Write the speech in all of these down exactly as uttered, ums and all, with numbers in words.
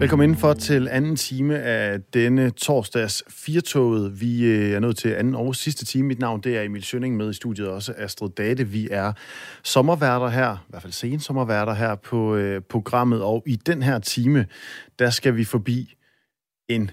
Velkommen indenfor til anden time af denne torsdags firtoget. Vi er nået til anden og sidste time. Mit navn det er Emil Schønning, med i studiet også Astrid Date. Vi er sommerværter her, i hvert fald sen sommerværter her på øh, programmet. Og i den her time, der skal vi forbi en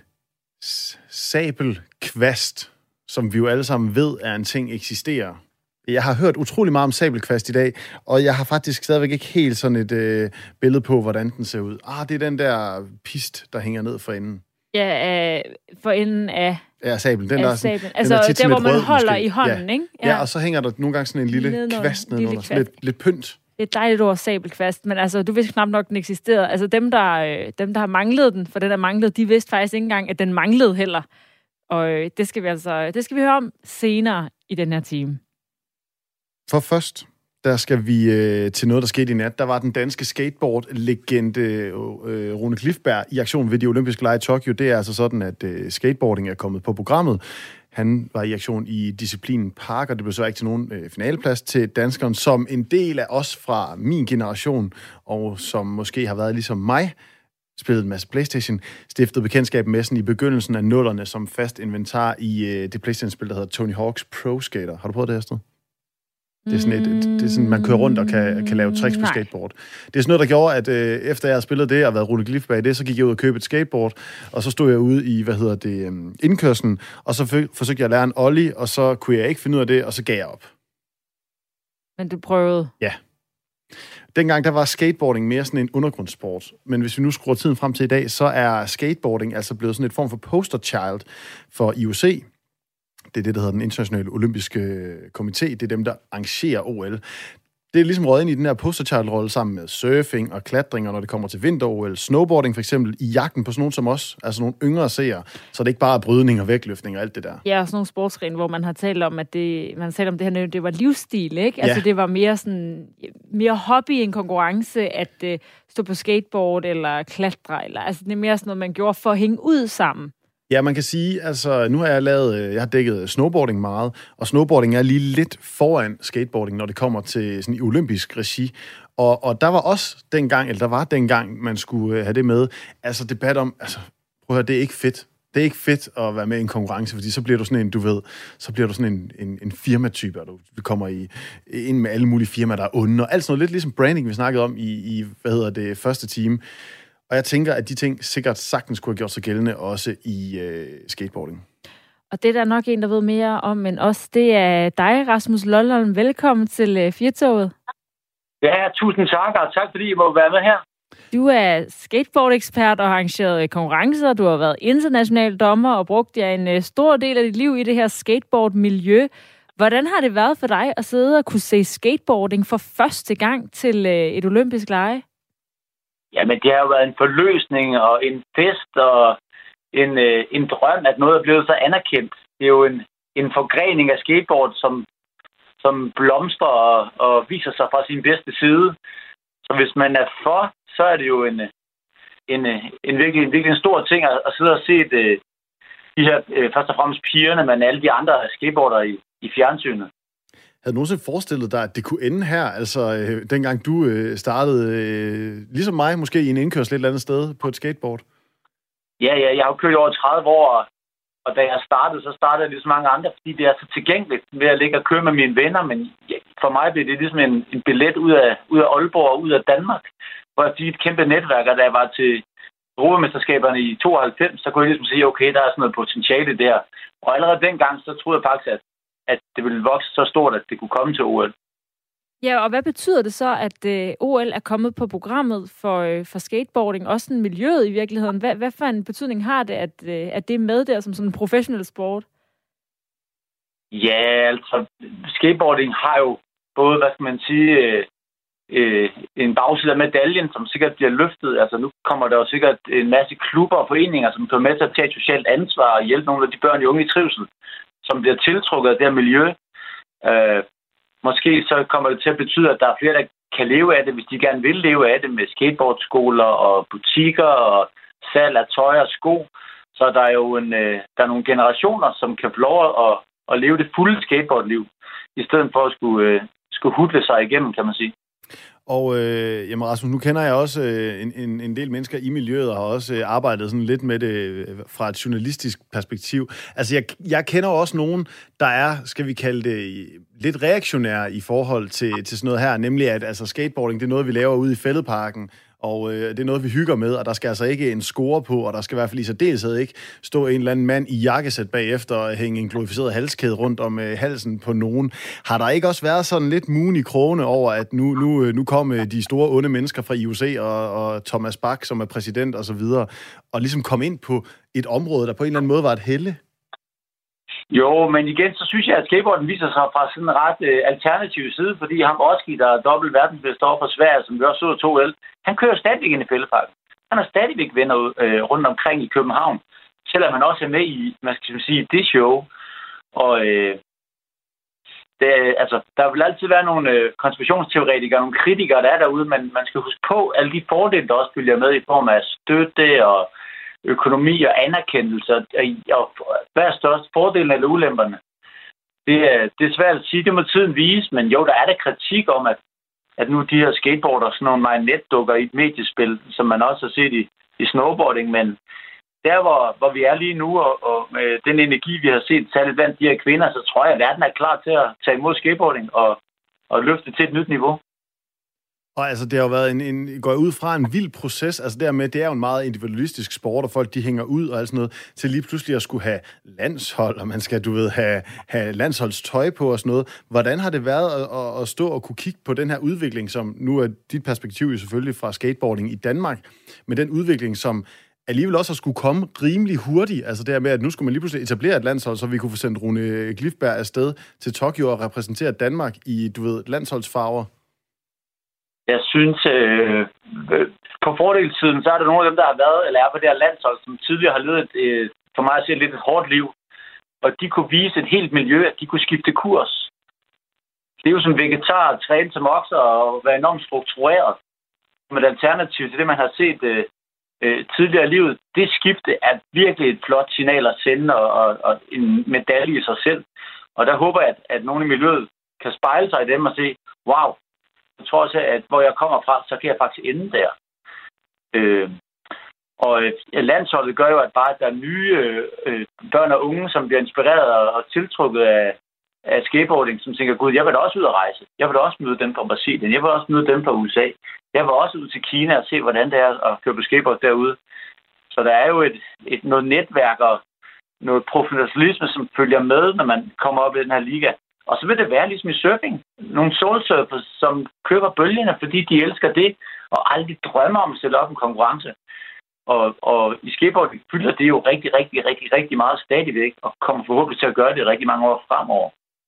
sabelkvast, som vi jo alle sammen ved er en ting eksisterer. Jeg har hørt utrolig meget om sabelkvast i dag, og jeg har faktisk stadigvæk ikke helt sådan et øh, billede på, hvordan den ser ud. Ah, det er den der pist, der hænger ned for enden. Ja, øh, for enden af... Ja, sablen. Den af der, sådan, sablen. Altså, den er tit der hvor man rød, holder måske. i hånden, ja. ikke? Ja. ja, og så hænger der nogle gange sådan en lille Ned kvast lille nedenunder. Sådan lidt, lidt pynt. Det er et dejligt ord, sabelkvast, men altså, du vidste knap nok, den eksisterede. Altså, dem der, øh, dem, der har manglet den, for den der manglede, de vidste faktisk ikke engang, at den manglede heller. Og øh, det skal vi altså, det skal vi høre om senere i den her time. For først, der skal vi øh, til noget, der skete i nat. Der var den danske skateboard-legende øh, Rune Glifberg i aktion ved de olympiske lege i Tokyo. Det er altså sådan, at øh, skateboarding er kommet på programmet. Han var i aktion i disciplinen park, og det blev så ikke til nogen øh, finaleplads til danskeren, som en del af os fra min generation, og som måske har været ligesom mig, spillet en masse PlayStation, stiftede bekendtskab med sådan i begyndelsen af nullerne som fast inventar i øh, det PlayStation-spil, der hedder Tony Hawk's Pro Skater. Har du prøvet det, Astrid? Det er sådan et, et, det er sådan, man kører rundt og kan, kan lave tricks på skateboard. Det er sådan noget, der gjorde, at øh, efter jeg havde spillet det og været Rune Glifberg i det, så gik jeg ud og købte et skateboard, og så stod jeg ude i, hvad hedder det, øh, indkørslen, og så f- forsøgte jeg at lære en ollie, og så kunne jeg ikke finde ud af det, og så gav jeg op. Men du prøvede? Ja. Dengang der var skateboarding mere sådan en undergrundssport, men hvis vi nu skruer tiden frem til i dag, så er skateboarding altså blevet sådan et form for poster child for I O C. Det er det, der hedder den internationale olympiske komité. Det er dem, der arrangerer O L. Det er ligesom røget ind i den her poster child-rolle sammen med surfing og klatring, og når det kommer til vinter-O L, snowboarding for eksempel, i jagten på sådan nogen som os, altså nogle yngre seere, så det er ikke bare brydning og vægtløftning og alt det der. Ja, og sådan nogle sportsgrene, hvor man har talt om, at det, man har talt om det her, det var livsstil, ikke? Altså ja. Det var mere sådan, mere hobby end konkurrence, at uh, stå på skateboard eller klatre, eller altså det er mere sådan noget, man gjorde for at hænge ud sammen. Ja, man kan sige, altså nu har jeg lavet, jeg har dækket snowboarding meget, og snowboarding er lige lidt foran skateboarding, når det kommer til sådan i olympisk regi. Og, og der var også dengang, eller der var dengang, man skulle have det med, altså debat om, altså prøv at høre, det er ikke fedt. Det er ikke fedt at være med i en konkurrence, fordi så bliver du sådan en, du ved, så bliver du sådan en, en, en firmatype, og du kommer i, ind med alle mulige firmaer, der er onde, og alt sådan noget, lidt ligesom branding, vi snakkede om i, i hvad hedder det, første time. Og jeg tænker, at de ting sikkert sagtens kunne have gjort sig gældende også i øh, skateboarding. Og det er der nok en, der ved mere om end os. Det er dig, Rasmus Lolholm. Velkommen til øh, Firtoget. Ja, tusind tak, og tak fordi I må være med her. Du er skateboard-ekspert og har arrangeret konkurrencer. Du har været international dommer og brugt jer en øh, stor del af dit liv i det her skateboard-miljø. Hvordan har det været for dig at sidde og kunne se skateboarding for første gang til øh, et olympisk lege? Jamen, det har jo været en forløsning og en fest og en, øh, en drøm, at noget er blevet så anerkendt. Det er jo en, en forgrening af skateboard, som, som blomstrer og, og viser sig fra sin bedste side. Så hvis man er for, så er det jo en, en, en, virkelig, en virkelig en stor ting at, at sidde og se det, de her, øh, først og fremmest pigerne, men alle de andre skateboardere i, i fjernsynet. Havde du nogensinde forestillet dig, at det kunne ende her? Altså, øh, dengang du øh, startede, øh, ligesom mig, måske i en indkørsel et eller andet sted på et skateboard? Ja, ja, jeg har jo kørt over tredive år, og da jeg startede, så startede jeg ligesom mange andre, fordi det er så tilgængeligt ved at ligge og køre med mine venner, men ja, for mig blev det ligesom en, en billet ud af, ud af Aalborg og ud af Danmark, hvor jeg fik et kæmpe netværk, og da jeg var til Europamesterskaberne i tooghalvfems, så kunne jeg ligesom sige, okay, der er sådan noget potentiale der. Og allerede dengang, så troede jeg faktisk, at at det ville vokse så stort, at det kunne komme til O L. Ja, og hvad betyder det så, at øh, O L er kommet på programmet for, øh, for skateboarding, også sådan miljøet i virkeligheden? Hvad, hvad for en betydning har det, at, øh, at det er med der som sådan en professionel sport? Ja, altså, skateboarding har jo både, hvad skal man sige, øh, øh, en bagside af medaljen, som sikkert bliver løftet. Altså, nu kommer der jo sikkert en masse klubber og foreninger, som kan med til at tage et socialt ansvar og hjælpe nogle af de børn og unge i trivsel, som bliver tiltrukket af det her miljø. Øh, måske så kommer det til at betyde, at der er flere, der kan leve af det, hvis de gerne vil leve af det, med skateboardskoler og butikker og salg af tøj og sko. Så der er jo en, øh, der er nogle generationer, som kan få lov at, at leve det fulde skateboardliv, i stedet for at skulle, øh, skulle hudle sig igennem, kan man sige. Og øh, jamen Rasmus, nu kender jeg også øh, en, en, en del mennesker i miljøet, og har også øh, arbejdet sådan lidt med det øh, fra et journalistisk perspektiv. Altså, jeg, jeg kender også nogen, der er, skal vi kalde det, lidt reaktionære i forhold til, til sådan noget her, nemlig at altså, skateboarding, det er noget, vi laver ude i Fælledparken, og øh, det er noget, vi hygger med, og der skal altså ikke en score på, og der skal i hvert fald i særdeleshed ikke stå en eller anden mand i jakkesæt bagefter og hænge en glorificeret halskæde rundt om øh, halsen på nogen. Har der ikke også været sådan lidt mugen i krogene over, at nu, nu, nu kom øh, de store onde mennesker fra I O C og, og Thomas Bach, som er præsident og så videre, og ligesom kom ind på et område, der på en eller anden måde var et helle? Jo, men igen, så synes jeg, at skateboarden viser sig fra sådan en ret øh, alternativ side, fordi ham Oski, der er dobbelt verdensmester over for Sverige, som vi også så to L, han kører stadigvæk ind i Fælledparken. Han har stadigvæk venner øh, rundt omkring i København, selvom han også er med i, man skal sige, det show. Og øh, det, altså, der vil altid være nogle øh, konspirationsteoretikere, nogle kritikere, der er derude, men man skal huske på alle de fordele, der også følger med i form af støtte og økonomi og anerkendelse, og hvad er størst, fordelen eller ulemperne? Det er, det er svært at sige, det må tiden vise, men jo, der er der kritik om, at, at nu de her skateboarder, sådan nogle marionetdukker i et mediespil, som man også har set i, i snowboarding, men der, hvor, hvor vi er lige nu, og, og med den energi, vi har set særligt blandt de her kvinder, så tror jeg, at verden er klar til at tage imod skateboarding og, og løfte til et nyt niveau. Og altså, det har jo været en, en, går ud fra en vild proces, altså dermed, det er jo en meget individualistisk sport, og folk, de hænger ud og alt sådan noget, til lige pludselig at skulle have landshold, og man skal, du ved, have, have landsholdstøj på og sådan noget. Hvordan har det været at, at, at stå og kunne kigge på den her udvikling, som nu er dit perspektiv jo selvfølgelig fra skateboarding i Danmark, men den udvikling, som alligevel også har skulle komme rimelig hurtigt, altså der med, at nu skulle man lige pludselig etablere et landshold, så vi kunne få sendt Rune Glifberg afsted til Tokyo og repræsentere Danmark i, du ved, landsholdsfarver? Jeg synes, øh, på fordelssiden, så er der nogle af dem, der har været eller er på det her landshold, som tidligere har levet øh, for mig at se lidt et hårdt liv. Og de kunne vise et helt miljø, at de kunne skifte kurs. Det er jo som vegetar at træne som okser og være enormt struktureret. Som et alternativ til det, man har set øh, øh, tidligere i livet. Det skifte er virkelig et flot signal at sende og, og, og en medalje i sig selv. Og der håber jeg, at, at nogle i miljøet kan spejle sig i dem og se, wow, jeg tror også, at hvor jeg kommer fra, så kan jeg faktisk ende der. Øh, og landsholdet gør jo, at bare at der er nye øh, børn og unge, som bliver inspireret og, og tiltrukket af, af skateboarding, som tænker, gud, jeg vil da også ud at rejse. Jeg vil da også møde dem fra Brasilien. Jeg vil også møde dem fra U S A. Jeg vil også ud til Kina og se, hvordan det er at køre på skateboard derude. Så der er jo et, et, noget netværk og noget professionalisme, som følger med, når man kommer op i den her liga. Og så vil det være ligesom i surfing. Nogle soulsurfers, som køber bølgerne, fordi de elsker det, og aldrig drømmer om at stille op en konkurrence. Og, og i skateboarding fylder det jo rigtig, rigtig, rigtig, rigtig meget stadigvæk, og kommer forhåbentlig til at gøre det rigtig mange år fremover.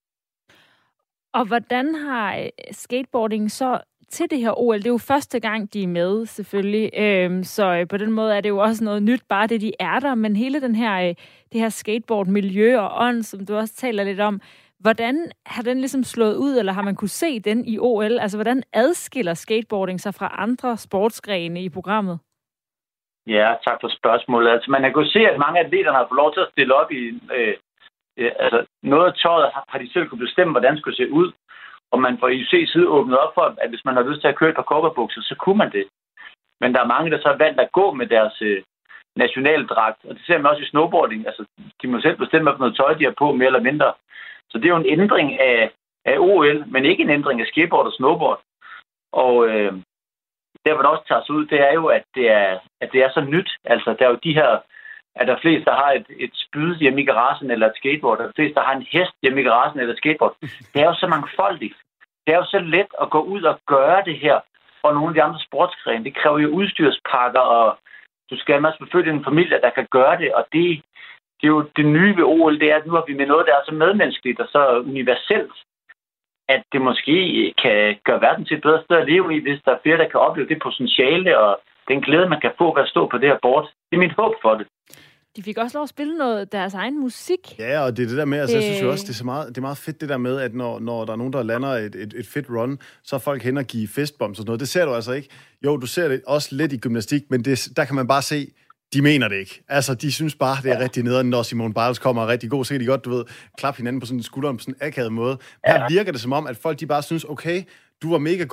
Og hvordan har skateboarding så til det her O L? Det er jo første gang, de er med, selvfølgelig. Øhm, så på den måde er det jo også noget nyt, bare det, de er der. Men hele den her, det her skateboard-miljø og ånd, som du også taler lidt om, hvordan har den ligesom slået ud, eller har man kunne se den i O L? Altså, hvordan adskiller skateboarding sig fra andre sportsgrene i programmet? Ja, tak for spørgsmålet. Altså, man har kunnet se, at mange af atleterne har fået lov til at stille op i... Øh, øh, altså, noget af tøjet har, har de selv kunne bestemme, hvordan det skulle se ud. Og man fra I O C's side åbnet op for, at hvis man har lyst til at købe et par cowboybukser, så kunne man det. Men der er mange, der så har valgt at gå med deres øh, nationaldragt. Og det ser man også i snowboarding. Altså, de må selv bestemme, hvad noget tøj de har på, mere eller mindre. Så det er jo en ændring af, af O L, men ikke en ændring af skateboard og snowboard. Og øh, der, hvor det også tager sig ud, det er jo, at det er, at det er så nyt. Altså, der er jo de her, at der er flest, der har et, et spyd hjemme i garagen eller et skateboard. Der er flest, der har en hest hjemme i garagen eller et skateboard. Det er jo så mangfoldigt. Det er jo så let at gå ud og gøre det her for nogle af de andre sportsgrene. Det kræver jo udstyrspakker, og du skal også forfølge en familie, der kan gøre det, og det Det er jo det nye ved O L, det er, at nu har vi med noget, der er så medmenneskeligt og så universelt, at det måske kan gøre verden til et bedre sted at leve i, hvis der er flere, der kan opleve det potentiale og den glæde, man kan få ved at stå på det her board. Det er mit håb for det. De fik også lov at spille noget deres egen musik. Ja, og det er det der med, altså, det... jeg synes jo også, det er, så meget, det er meget fedt det der med, at når, når der er nogen, der lander et, et, et fedt run, så er folk hen og give fistbumps og sådan noget. Det ser du altså ikke. Jo, du ser det også lidt i gymnastik, men det, der kan man bare se, de mener det ikke. Altså, de synes bare, det er ja. rigtig nederen, når Simone Biles kommer og er rigtig god. Så kan de godt, du ved, klappe hinanden på sådan en skulderen på sådan en akavet måde. Her ja. virker det som om, at folk de bare synes, okay, du var mega god,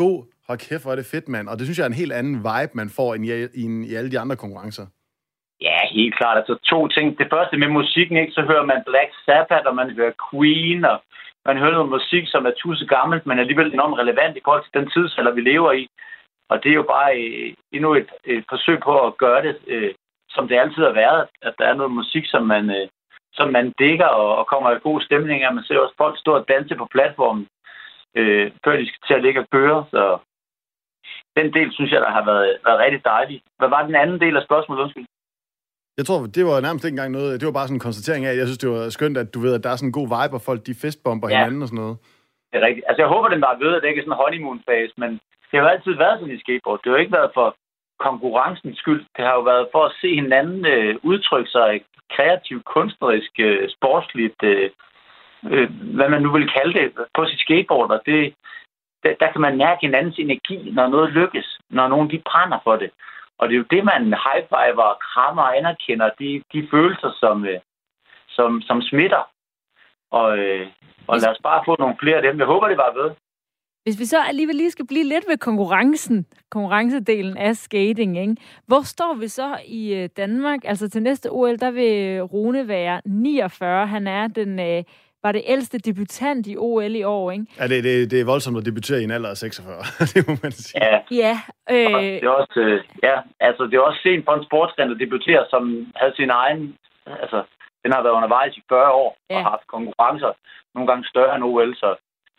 hold kæft, hvor er det fedt, mand. Og det synes jeg er en helt anden vibe, man får end i, i, i alle de andre konkurrencer. Ja, helt klart. Altså to ting. Det første med musikken, ikke? Så hører man Black Sabbath, og man hører Queen, og man hører noget musik, som er tusind gammelt, men alligevel enormt relevant i forhold til den tidsalder, vi lever i. Og det er jo bare øh, endnu et, et forsøg på at gøre det, øh, som det altid har været, at der er noget musik, som man, øh, som man dækker og, og kommer i god stemning af. Man ser også folk stå og danse på platformen, øh, før de skal til at ligge og køre. Så den del, synes jeg, der har været, været rigtig dejlig. Hvad var den anden del af spørgsmålet? Undskyld. Jeg tror, det var nærmest ikke engang noget. Det var bare sådan en konstatering af, jeg synes, det var skønt, at du ved, at der er sådan en god vibe, og folk de festbomber ja. hinanden og sådan noget. Det er rigtigt. Altså, jeg håber, den var ved, at det ikke er sådan en honeymoon-fase, men det har jo altid været sådan i skateboard. Det har jo ikke været for konkurrencens skyld. Det har jo været for at se hinanden øh, udtrykke sig kreativt, kunstnerisk, øh, sportsligt, øh, øh, hvad man nu vil kalde det, på sit skateboard. Og det, der, der kan man mærke hinandens energi, når noget lykkes, når nogen de brænder for det. Og det er jo det, man high-fiver, krammer og anerkender, de, de følelser, som, øh, som, som smitter. Og, øh, og lad os bare få nogle flere af dem. Jeg håber, det var ved. Hvis vi så alligevel lige skal blive lidt ved konkurrencen, konkurrencedelen af skating, ikke? Hvor står vi så i Danmark? Altså til næste O L, der vil Rune være niogfyrre. Han er den, øh, var det ældste debutant i O L i år, ikke? Ja, det, det, det er voldsomt at debutere i en alder af seksogfyrre. Det må man sige. Ja, ja, øh... det er også, øh, ja, altså det er også sent for en sportsgren at debutere, som havde sin egen, altså den har været undervejs i fyrre år ja. og har haft konkurrencer nogle gange større end O L, så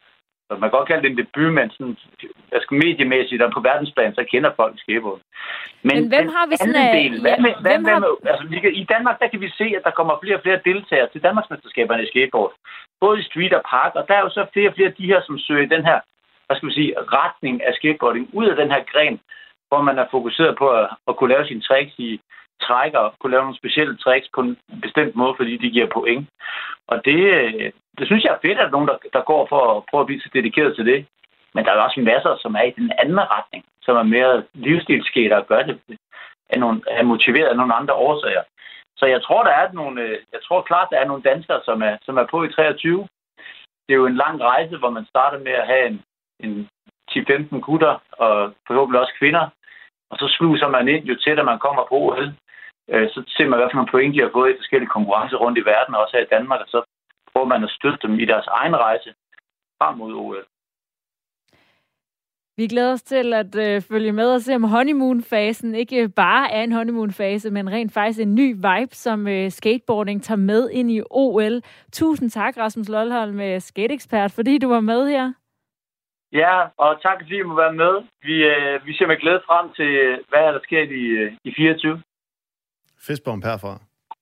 Så man kan godt kalde det en debut, men sådan, altså mediemæssigt og på verdensplan, så kender folk skateboard. Men, men hvem har vi sådan af... Del, hvad med, hvad med, har... altså, i Danmark, der kan vi se, at der kommer flere og flere deltagere til Danmarksmesterskaberne i skateboard. Både i street og park, og der er jo så flere og flere af de her, som søger den her, hvad skal vi sige, retning af skateboarding, ud af den her gren, hvor man er fokuseret på at, at kunne lave sine tricks i trækker, og kunne lave nogle specielle tricks på en bestemt måde, fordi de giver point. Og det, det synes jeg er fedt, at nogen, der, der går for at prøve at blive så dedikeret til det. Men der er også masser, som er i den anden retning, som er mere livsstilsskater og gør det, er, nogle, er motiveret af nogle andre årsager. Så jeg tror, der er nogle, jeg tror klart, der er nogle danskere, som er, som er på i treogtyve. Det er jo en lang rejse, hvor man starter med at have en, en ti til femten gutter, og forhåbentlig også kvinder. Og så sluser man ind, jo tættere man kommer på O L. Så ser man, hvad for nogle point, de har fået i forskellige konkurrencer rundt i verden, og også her i Danmark, og så prøver man at støtte dem i deres egen rejse frem mod O L. Vi glæder os til at øh, følge med og se, om honeymoon-fasen ikke bare er en honeymoon-fase, men rent faktisk en ny vibe, som øh, skateboarding tager med ind i O L. Tusind tak, Rasmus Loldholm, skateekspert, fordi du var med her. Ja, og tak, fordi I må være med. Vi, øh, vi ser med glæde frem til, hvad der sker i, i fireogtyve. Fistbomb herfra.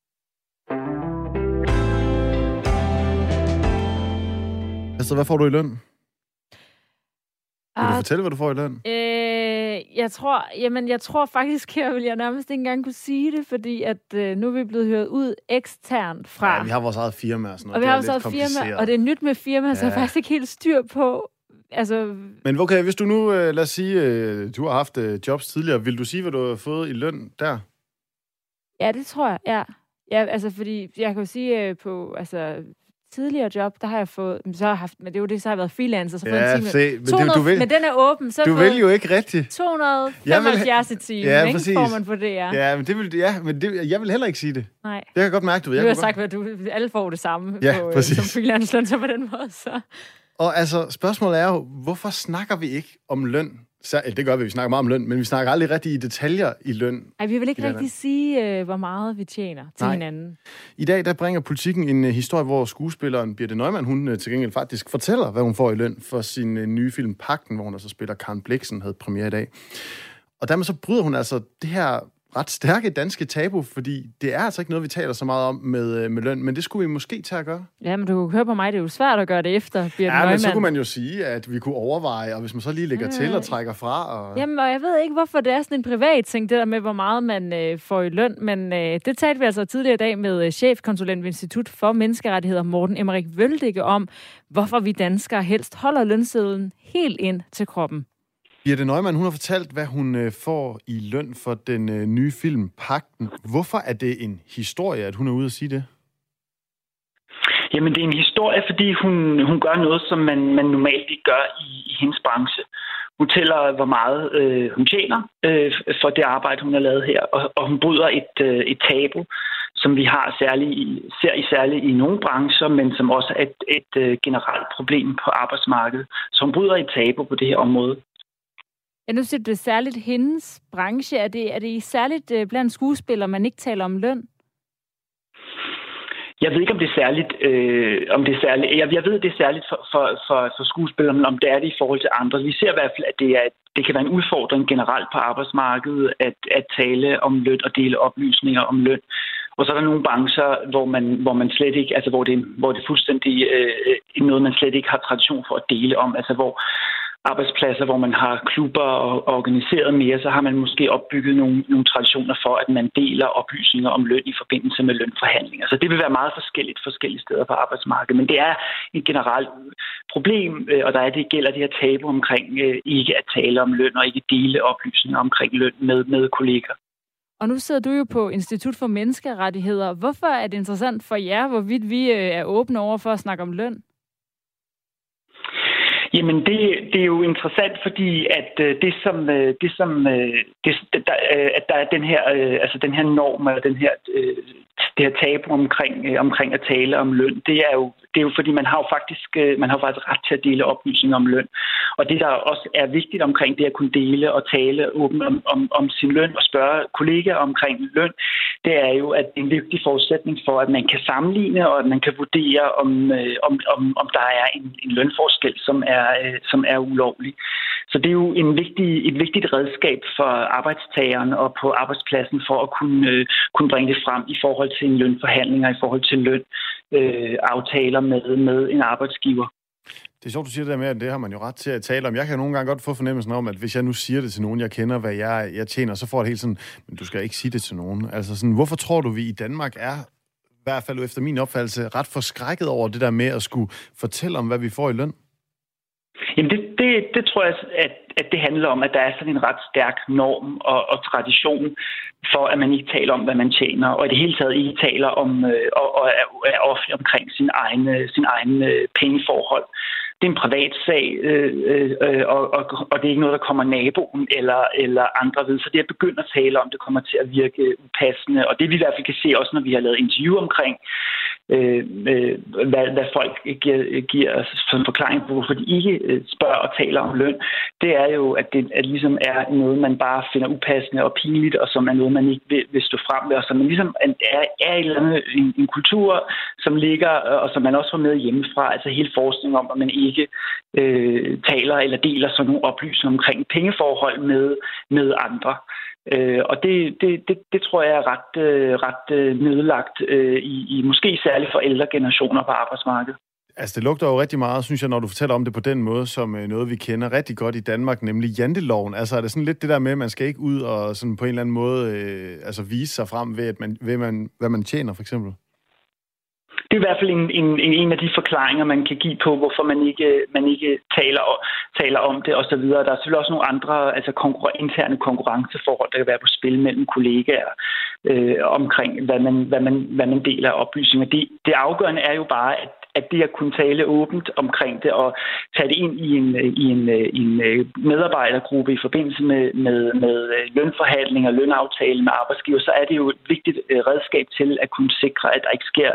Altså, hvad får du i løn? Vil du fortælle, hvad du får i løn? Øh, jeg tror, jamen, jeg tror faktisk, her vil jeg nærmest ikke engang kunne sige det, fordi at øh, nu er vi blevet hørt ud eksternt fra... Ja, vi har vores eget firma og sådan noget. Og vi har vores eget firma, og det er nyt med firma, ja. Så jeg er faktisk ikke helt styr på... Altså... Men okay, hvis du nu, øh, lad os sige, øh, du har haft øh, jobs tidligere, vil du sige, hvad du har fået i løn der? Ja, det tror jeg, ja. Ja, altså, fordi jeg kan jo sige, øh, på altså, tidligere job, der har jeg fået, så har jeg haft, men det er jo det, så har jeg været freelancer, så har jeg ja, fået en time. Se, men, to hundrede, det, du vil, men den er åben, så du vil jo ikke rigtigt. to hundrede og femoghalvfjerds i timen, ja, ikke? Får man på det, ja. Ja, men, det vil, ja, men det, jeg vil heller ikke sige det. Nej. Det kan jeg godt mærke, du ved. Du har sagt, at du, alle får det samme ja, på, øh, som freelancer, så på den måde, så... Og altså, spørgsmålet er jo, hvorfor snakker vi ikke om løn? Så, det gør vi, vi snakker meget om løn, men vi snakker aldrig rigtig i detaljer i løn. Nej, vi vil ikke rigtig land. sige, øh, hvor meget vi tjener til Nej. hinanden. I dag, der bringer Politikken en uh, historie, hvor skuespilleren Birthe Neumann, hun uh, til gengæld faktisk fortæller, hvad hun får i løn for sin uh, nye film Pagten, hvor hun altså spiller Karen Blixen, havde premiere i dag. Og dermed så bryder hun altså det her ret stærke danske tabu, fordi det er altså ikke noget, vi taler så meget om med, med løn, men det skulle vi måske tage at gøre. Ja, men du kan høre på mig, det er jo svært at gøre det efter, Birthe Neumann. Ja, men så kunne man jo sige, at vi kunne overveje, og hvis man så lige lægger ja. til og trækker fra. Og... Jamen, og jeg ved ikke, hvorfor det er sådan en privat ting, det der med, hvor meget man øh, får i løn, men øh, det talte vi altså tidligere i dag med øh, chefkonsulent ved Institut for Menneskerettigheder, Morten Emmerik Vøldigge, om, hvorfor vi danskere helst holder lønsedlen helt ind til kroppen. Birthe Neumann, hun har fortalt, hvad hun øh, får i løn for den øh, nye film Pagten. Hvorfor er det en historie, at hun er ude at sige det? Jamen, det er en historie, fordi hun, hun gør noget, som man, man normalt ikke gør i, i hendes branche. Hun tæller, hvor meget øh, hun tjener øh, for det arbejde, hun har lavet her, og, og hun bryder et, øh, et tabu, som vi har særligt, ser i særligt i nogle brancher, men som også er et, et, et generelt problem på arbejdsmarkedet. Så hun bryder et tabu på det her område. Ja, nu siger du, det er særligt hendes branche. Er det, er det særligt blandt skuespillere, man ikke taler om løn? Jeg ved ikke, om det er særligt. Øh, om det er særligt. Jeg, jeg ved, det er særligt for, for, for, for skuespillere, men om det er det i forhold til andre. Vi ser i hvert fald, at det, er, det kan være en udfordring generelt på arbejdsmarkedet at, at tale om løn og dele oplysninger om løn. Og så er der nogle brancher, hvor man, hvor man slet ikke, altså hvor det, hvor det er fuldstændig øh, noget, man slet ikke har tradition for at dele om. Altså hvor arbejdspladser, hvor man har klubber og organiseret mere, så har man måske opbygget nogle, nogle traditioner for, at man deler oplysninger om løn i forbindelse med lønforhandlinger. Så det vil være meget forskelligt forskellige steder på arbejdsmarkedet. Men det er et generelt problem, og der er det gælder det her tabu omkring ikke at tale om løn og ikke dele oplysninger omkring løn med, med kolleger. Og nu sidder du jo på Institut for Menneskerettigheder. Hvorfor er det interessant for jer, hvorvidt vi er åbne over for at snakke om løn? Jamen, det, det er jo interessant, fordi at det som, det som det, der, at der er den her, altså den her norm, eller den her, det her tabu omkring, omkring at tale om løn, det er jo, det er jo fordi, man har jo faktisk, man har faktisk ret til at dele oplysninger om løn. Og det, der også er vigtigt omkring det at kunne dele og tale åbent om, om, om sin løn og spørge kollegaer omkring løn, det er jo, at det er en vigtig forudsætning for, at man kan sammenligne, og at man kan vurdere, om, om, om, om der er en, en lønforskel, som er som er ulovlig. Så det er jo en vigtig, et vigtigt redskab for arbejdstageren og på arbejdspladsen for at kunne, øh, kunne bringe det frem i forhold til en lønforhandling og i forhold til løn øh, aftaler med, med en arbejdsgiver. Det er sjovt, du siger det der med, at det har man jo ret til at tale om. Jeg kan nogle gange godt få fornemmelsen om, at hvis jeg nu siger det til nogen, jeg kender, hvad jeg, jeg tjener, så får det helt sådan, men du skal ikke sige det til nogen. Altså sådan, hvorfor tror du, vi i Danmark er, i hvert fald efter min opfattelse, ret forskrækket over det der med at skulle fortælle om, hvad vi får i løn? Jamen det, det, det tror jeg, at, at det handler om, at der er sådan en ret stærk norm og, og tradition for, at man ikke taler om, hvad man tjener, og i det hele taget ikke taler om øh, og, og er, er offentlig omkring sin egen, sin egen øh, pengeforhold. Det er en privat sag, øh, øh, og, og, og det er ikke noget, der kommer naboen eller, eller andre ved. Så det at begynde at tale om, det kommer til at virke upassende. Og det vi i hvert fald kan se, også når vi har lavet interview omkring, øh, øh, hvad, hvad folk giver, giver som forklaring på, hvorfor de ikke spørger og taler om løn, det er jo, at det at ligesom er noget, man bare finder upassende og pinligt, og som er noget, man ikke vil, vil stå frem med, og som man ligesom er, er en, eller anden, en, en kultur, som ligger, og som man også får med hjemmefra, altså hele forskningen om, at man ikke ikke øh, taler eller deler sådan nogle oplysninger omkring pengeforhold med, med andre. Øh, og det, det, det, det tror jeg er ret, øh, ret øh, nedlagt øh, i, i måske særligt for ældre generationer på arbejdsmarkedet. Altså, det lugter jo rigtig meget, synes jeg, når du fortæller om det på den måde, som øh, noget, vi kender rigtig godt i Danmark, nemlig janteloven. Altså, er det sådan lidt det der med, at man skal ikke ud og sådan på en eller anden måde øh, altså vise sig frem ved, at man, ved man, hvad man tjener, for eksempel? Det er i hvert fald en, en, en af de forklaringer, man kan give på, hvorfor man ikke, man ikke taler, taler om det osv. Der er selvfølgelig også nogle andre altså konkurren- interne konkurrenceforhold, der kan være på spil mellem kollegaer øh, omkring, hvad man, hvad, man, hvad man deler af oplysninger. Det, det afgørende er jo bare, at at det at kunne tale åbent omkring det og tage det ind i en, i en, i en medarbejdergruppe i forbindelse med, med, med lønforhandlinger og lønaftale med arbejdsgiver, så er det jo et vigtigt redskab til at kunne sikre, at der ikke sker,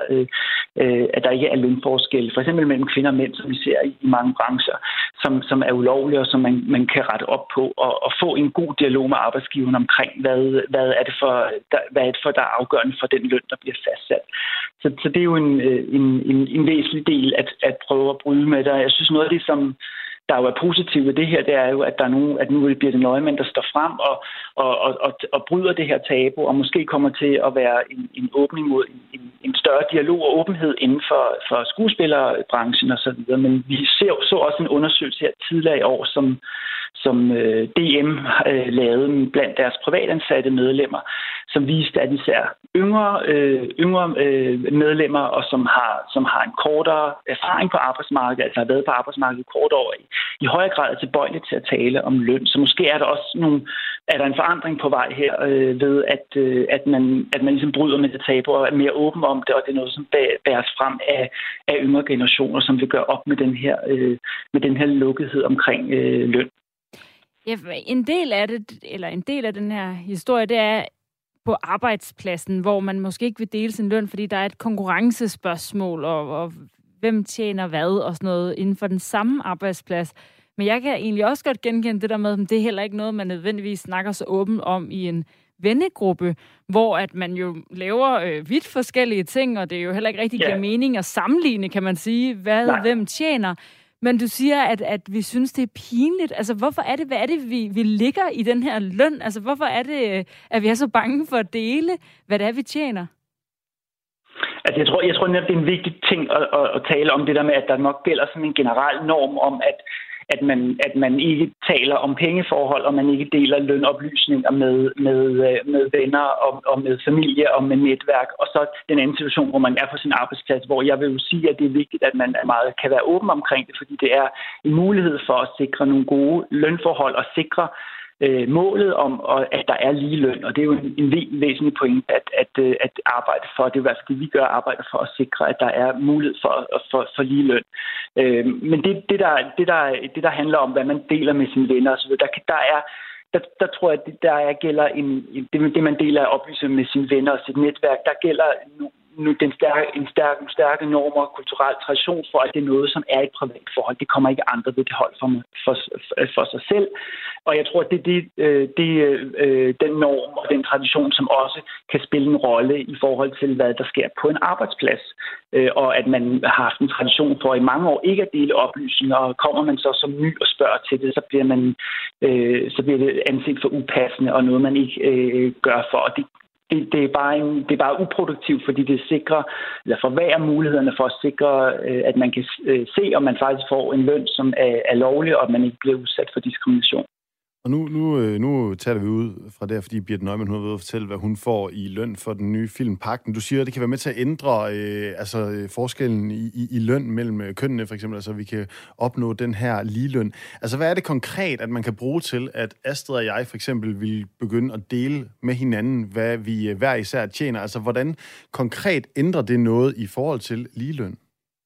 at der ikke er lønforskel. For eksempel mellem kvinder og mænd, som vi ser i mange brancher, som, som er ulovlige og som man, man kan rette op på og, og få en god dialog med arbejdsgiveren omkring, hvad, hvad, er det for, der, hvad er det for, der er afgørende for den løn, der bliver fastsat. Så, så det er jo en, en, en, en væsentlig del at, at prøve at bryde med det. Jeg synes, noget af det, som der jo er positivt ved det her, det er jo, at der er nogen, at nu bliver det nøgmænd, der står frem og, og, og, og, og bryder det her tabu, og måske kommer til at være en, en åbning mod en, en større dialog og åbenhed inden for, for skuespillerbranchen og så videre. Men vi ser, så også en undersøgelse her tidligere i år, som, som øh, D M øh, lavede blandt deres privatansatte medlemmer, som viste, at især yngre, øh, yngre øh, medlemmer, og som har, som har en kortere erfaring på arbejdsmarkedet, altså har været på arbejdsmarkedet kort år, i, i højere grad er tilbøjelige til at tale om løn. Så måske er der også nogle, er der en forandring på vej her øh, ved, at, øh, at, man, at man ligesom bryder med det tabu og er mere åben om det, og det er noget, som bæres frem af, af yngre generationer, som vil gøre op med den her, øh, med den her lukkethed omkring øh, løn. Ja, en del af det, eller en del af den her historie, det er på arbejdspladsen, hvor man måske ikke vil dele sin løn, fordi der er et konkurrencespørgsmål, og, og hvem tjener hvad og sådan noget inden for den samme arbejdsplads. Men jeg kan egentlig også godt genkende det der med, at det er heller ikke noget, man nødvendigvis snakker så åbent om i en vennegruppe, hvor at man jo laver øh, vidt forskellige ting, og det er jo heller ikke rigtig yeah. giver mening at sammenligne, kan man sige, hvad Nej. hvem tjener. Men du siger, at, at vi synes, det er pinligt. Altså, hvorfor er det, hvad er det, vi, vi ligger i den her løn? Altså, hvorfor er det, at vi er så bange for at dele, hvad det er, vi tjener? Altså, jeg tror, jeg tror netop, det er en vigtig ting at, at, at tale om det der med, at der nok gælder sådan en generel norm om, at at man, at man ikke taler om pengeforhold, og man ikke deler lønoplysninger med, med, med venner og, og med familie og med netværk. Og så den anden situation, hvor man er på sin arbejdsplads, hvor jeg vil jo sige, at det er vigtigt, at man er meget kan være åben omkring det, fordi det er en mulighed for at sikre nogle gode lønforhold og sikre øh, målet om, at der er lige løn. Og det er jo en, en væsentlig point at, at, at arbejde for. Det er i hvert fald det, vi gør, arbejde for at sikre, at der er mulighed for, for, for lige løn. Øh, men det, det, der, det, der, det, der handler om, hvad man deler med sine venner osv., der, der er Der, der tror jeg, at der er, gælder en, det, det, man deler af oplysninger med sine venner og sit netværk, der gælder nu, nu den stærke, en stærke, stærke normer og kulturel tradition for, at det er noget, som er et privat forhold. Det kommer ikke andre ved det hold for, for, for sig selv. Og jeg tror, at det er det, det, den norm og den tradition, som også kan spille en rolle i forhold til, hvad der sker på en arbejdsplads. Og at man har haft en tradition for i mange år ikke at dele oplysninger, og kommer man så som ny og spørger til det, så bliver, man, så bliver det anset for upassende og noget, man ikke gør for. Og det Det, det, er bare en, det er bare uproduktivt, fordi det sikrer, eller forværrer mulighederne for at sikre, at man kan se, om man faktisk får en løn, som er, er lovlig, og at man ikke bliver udsat for diskrimination. Og nu, nu, nu taler vi ud fra det, fordi Birthe Neumann hun har ved at fortælle, hvad hun får i løn for den nye film Pagten. Du siger, at det kan være med til at ændre øh, altså, forskellen i, i, i løn mellem kønnene, for eksempel, altså vi kan opnå den her ligeløn. Altså, hvad er det konkret, at man kan bruge til, at Astrid og jeg for eksempel vil begynde at dele med hinanden, hvad vi hver især tjener? Altså, hvordan konkret ændrer det noget i forhold til ligeløn?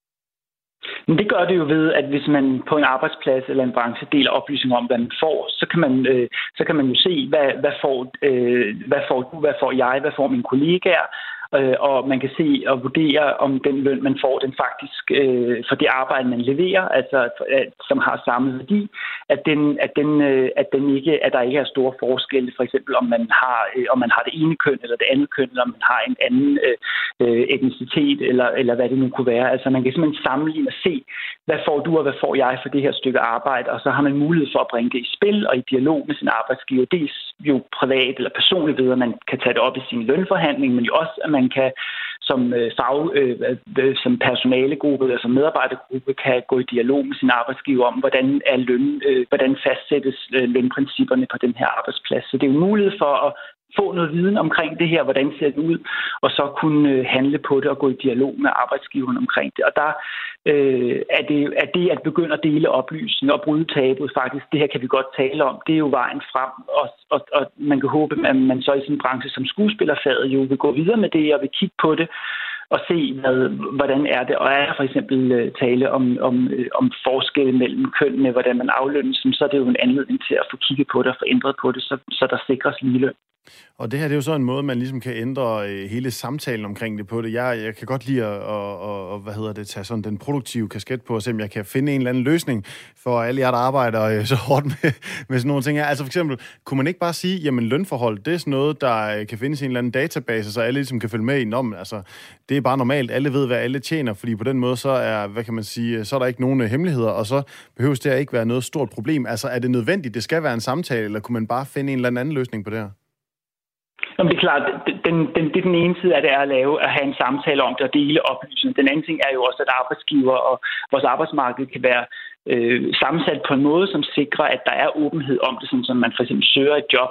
Men det gør det jo ved, at hvis man på en arbejdsplads eller en branche deler oplysninger om, hvad man får, så kan man, øh, så kan man jo se, hvad, hvad, får, øh, hvad får du, hvad får jeg, hvad får mine kollegaer, øh, og man kan se og vurdere, om den løn, man får, den faktisk øh, for det arbejde, man leverer, altså øh, som har samme værdi, at, den, at, den, øh, at, den ikke, at der ikke er store forskelle, for eksempel om man har, øh, om man har det ene køn eller det andet køn, eller om man har en anden øh, øh, etnicitet, eller, eller hvad det nu kunne være. Altså man kan simpelthen sammenligne og se, hvad får du og hvad får jeg for det her stykke arbejde, og så har man mulighed for at bringe det i spil og i dialog med sin arbejdsgiver. Dels jo privat eller personligt ved, at man kan tage det op i sin lønforhandling, men jo også, at man kan som fag, øh, som personalegruppe eller som medarbejdergruppe kan gå i dialog med sin arbejdsgiver om, hvordan er løn, øh, hvordan fastsættes øh, lønprincipperne på den her arbejdsplads. Så det er jo mulighed for at få noget viden omkring det her, hvordan ser det ud, og så kunne handle på det og gå i dialog med arbejdsgiveren omkring det. Og der øh, er, det, er det at begynde at dele oplysninger og bryde tabet faktisk, det her kan vi godt tale om, det er jo vejen frem, og, og, og man kan håbe, at man så i sin branche som skuespillerfaget jo vil gå videre med det og vil kigge på det, og se, hvad, hvordan er det, og er der for eksempel tale om, om, om forskelle mellem kønnene, hvordan man aflønnes, så er det jo en anledning til at få kigget på det og få ændret på det, så, så der sikres ligeløn. Og det her, det er jo så en måde, man ligesom kan ændre hele samtalen omkring det på det. Jeg, jeg kan godt lide at, at, at hvad hedder det, tage sådan den produktive kasket på, og se om jeg kan finde en eller anden løsning for alle jer, der arbejder så hårdt med, med sådan nogle ting her. Altså for eksempel, kunne man ikke bare sige, jamen lønforhold, det er sådan noget, der kan findes i en eller anden database, så alle ligesom kan følge med i den. Altså, det er bare normalt. Alle ved, hvad alle tjener, fordi på den måde, så er, hvad kan man sige, så er der ikke nogen hemmeligheder, og så behøves det ikke være noget stort problem. Altså, er det nødvendigt, det skal være en samtale, eller kunne man bare finde en eller anden løsning på det her? Jamen, det er klart, den, den, det er den ene side af det er at lave, at have en samtale om det og dele oplysninger. Den anden ting er jo også, at arbejdsgiver og vores arbejdsmarked kan være øh, sammensat på en måde, som sikrer, at der er åbenhed om det, sådan som man for eksempel søger et job.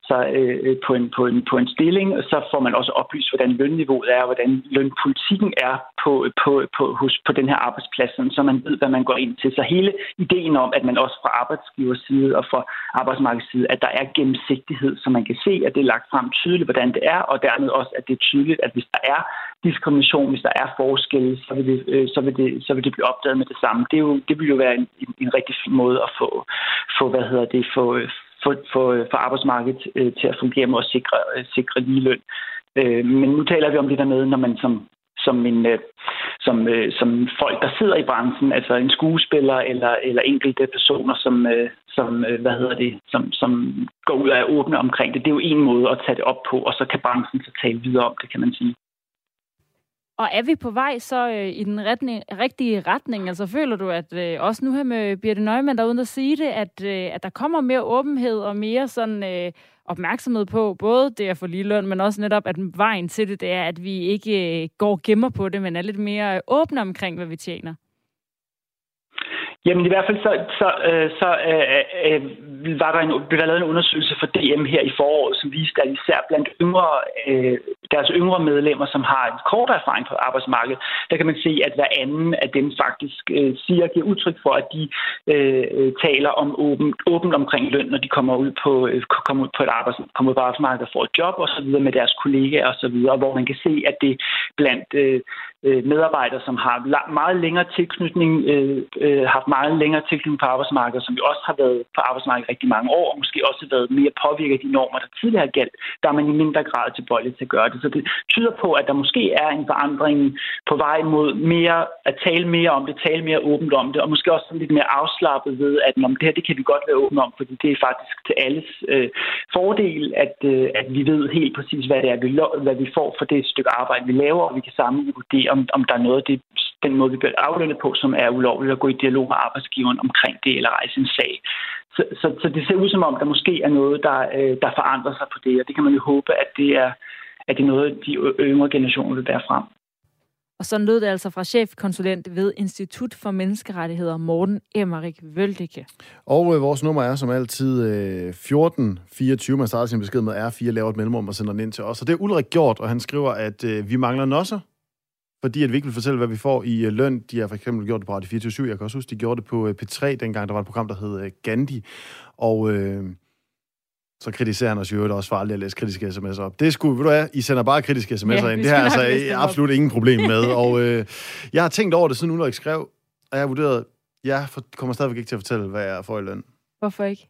sig øh, på, en, på, en, på en stilling, så får man også oplyst, hvordan lønniveauet er, og hvordan lønpolitikken er på, på, på, hos, på den her arbejdsplads, så man ved, hvad man går ind til. Så hele ideen om, at man også fra arbejdsgivers side og fra arbejdsmarkedets side, at der er gennemsigtighed, så man kan se, at det er lagt frem tydeligt, hvordan det er, og dermed også, at det er tydeligt, at hvis der er diskrimination, hvis der er forskelle, så vil det, øh, så vil det, så vil det blive opdaget med det samme. Det, er jo, det vil jo være en, en, en rigtig fin måde at få, få hvad hedder det, få, få, få, få arbejdsmarkedet øh, til at fungere med at sikre, øh, sikre ligeløn. Øh, men nu taler vi om det der med, når man som som en øh, som øh, som folk der sidder i branchen, altså en skuespiller eller eller enkelte personer som øh, som øh, hvad hedder det, som som går ud og er åbne omkring det. Det er jo en måde at tage det op på, og så kan branchen så tale videre om det, kan man sige. Og er vi på vej så øh, i den retning, rigtige retning? Altså føler du, at øh, også nu her med Birthe Neumann, der uden at sige det, at, øh, at der kommer mere åbenhed og mere sådan øh, opmærksomhed på, både det at få ligeløn, men også netop, at vejen til det, det er, at vi ikke øh, går og gemmer på det, men er lidt mere øh, åbne omkring, hvad vi tjener? Jamen i hvert fald så, så, øh, så øh, øh, var der en, blev der lavet en undersøgelse for D M her i foråret, som viste, at især blandt yngre, øh, deres yngre medlemmer, som har en kort erfaring på arbejdsmarkedet, der kan man se, at hver anden af dem faktisk øh, siger og giver udtryk for, at de øh, taler om åben, åbent omkring løn, når de kommer ud på, øh, kommer ud på et arbejds, kommer ud på arbejdsmarkedet og får et job og så videre med deres kollegaer og så videre, hvor man kan se, at det blandt øh, medarbejdere, som har meget længere tilknytning, øh, øh, haft meget længere tilknytning på arbejdsmarkedet, som jo også har været på arbejdsmarkedet rigtig mange år, og måske også været mere påvirket af de normer, der tidligere har gældt, der er man i mindre grad tilbøjelig til at gøre det. Så det tyder på, at der måske er en forandring på vej mod mere at tale mere om det, tale mere åbent om det, og måske også lidt mere afslappet ved, at om det her, det kan vi godt være åbne om, fordi det er faktisk til alles øh, fordel, at, øh, at vi ved helt præcis, hvad det er, vi, hvad vi får for det stykke arbejde, vi laver, og vi kan sammenligne vurdere, om, om der er noget af det, den måde, vi bliver aflønnet på, som er ulovligt at gå i dialog med arbejdsgiveren omkring det, eller rejse en sag. Så, så, så det ser ud som om, der måske er noget, der, der forandrer sig på det, og det kan man jo håbe, at det er, at det er noget, de yngre generationer vil bære frem. Og sådan lød det altså fra chefkonsulent ved Institut for Menneskerettigheder, Morten Emmerik Wøldike. Og øh, vores nummer er som altid øh, fjorten fireogtyve. Man starter sin besked med R fire, laver et mellemrum og sender den ind til os. Og det er Ulrik gjort, og han skriver, at øh, vi mangler nosser, fordi at vi ikke vil fortælle, hvad vi får i øh, løn. De har for eksempel gjort det på Radio fireogtyve syv. Jeg kan også huske, de gjorde det på øh, P tre, dengang der var et program, der hed øh, Gandhi. Og øh, så kritiserer han os jo også for aldrig at læse kritiske sms'er op. Det er sgu, ved du hvad, I sender bare kritiske sms'er ja, ind. Det har altså absolut ingen problem med. Og øh, jeg har tænkt over det, siden Ulrik skrev, og jeg har vurderet, jeg kommer stadigvæk ikke til at fortælle, hvad jeg får i løn. Hvorfor ikke?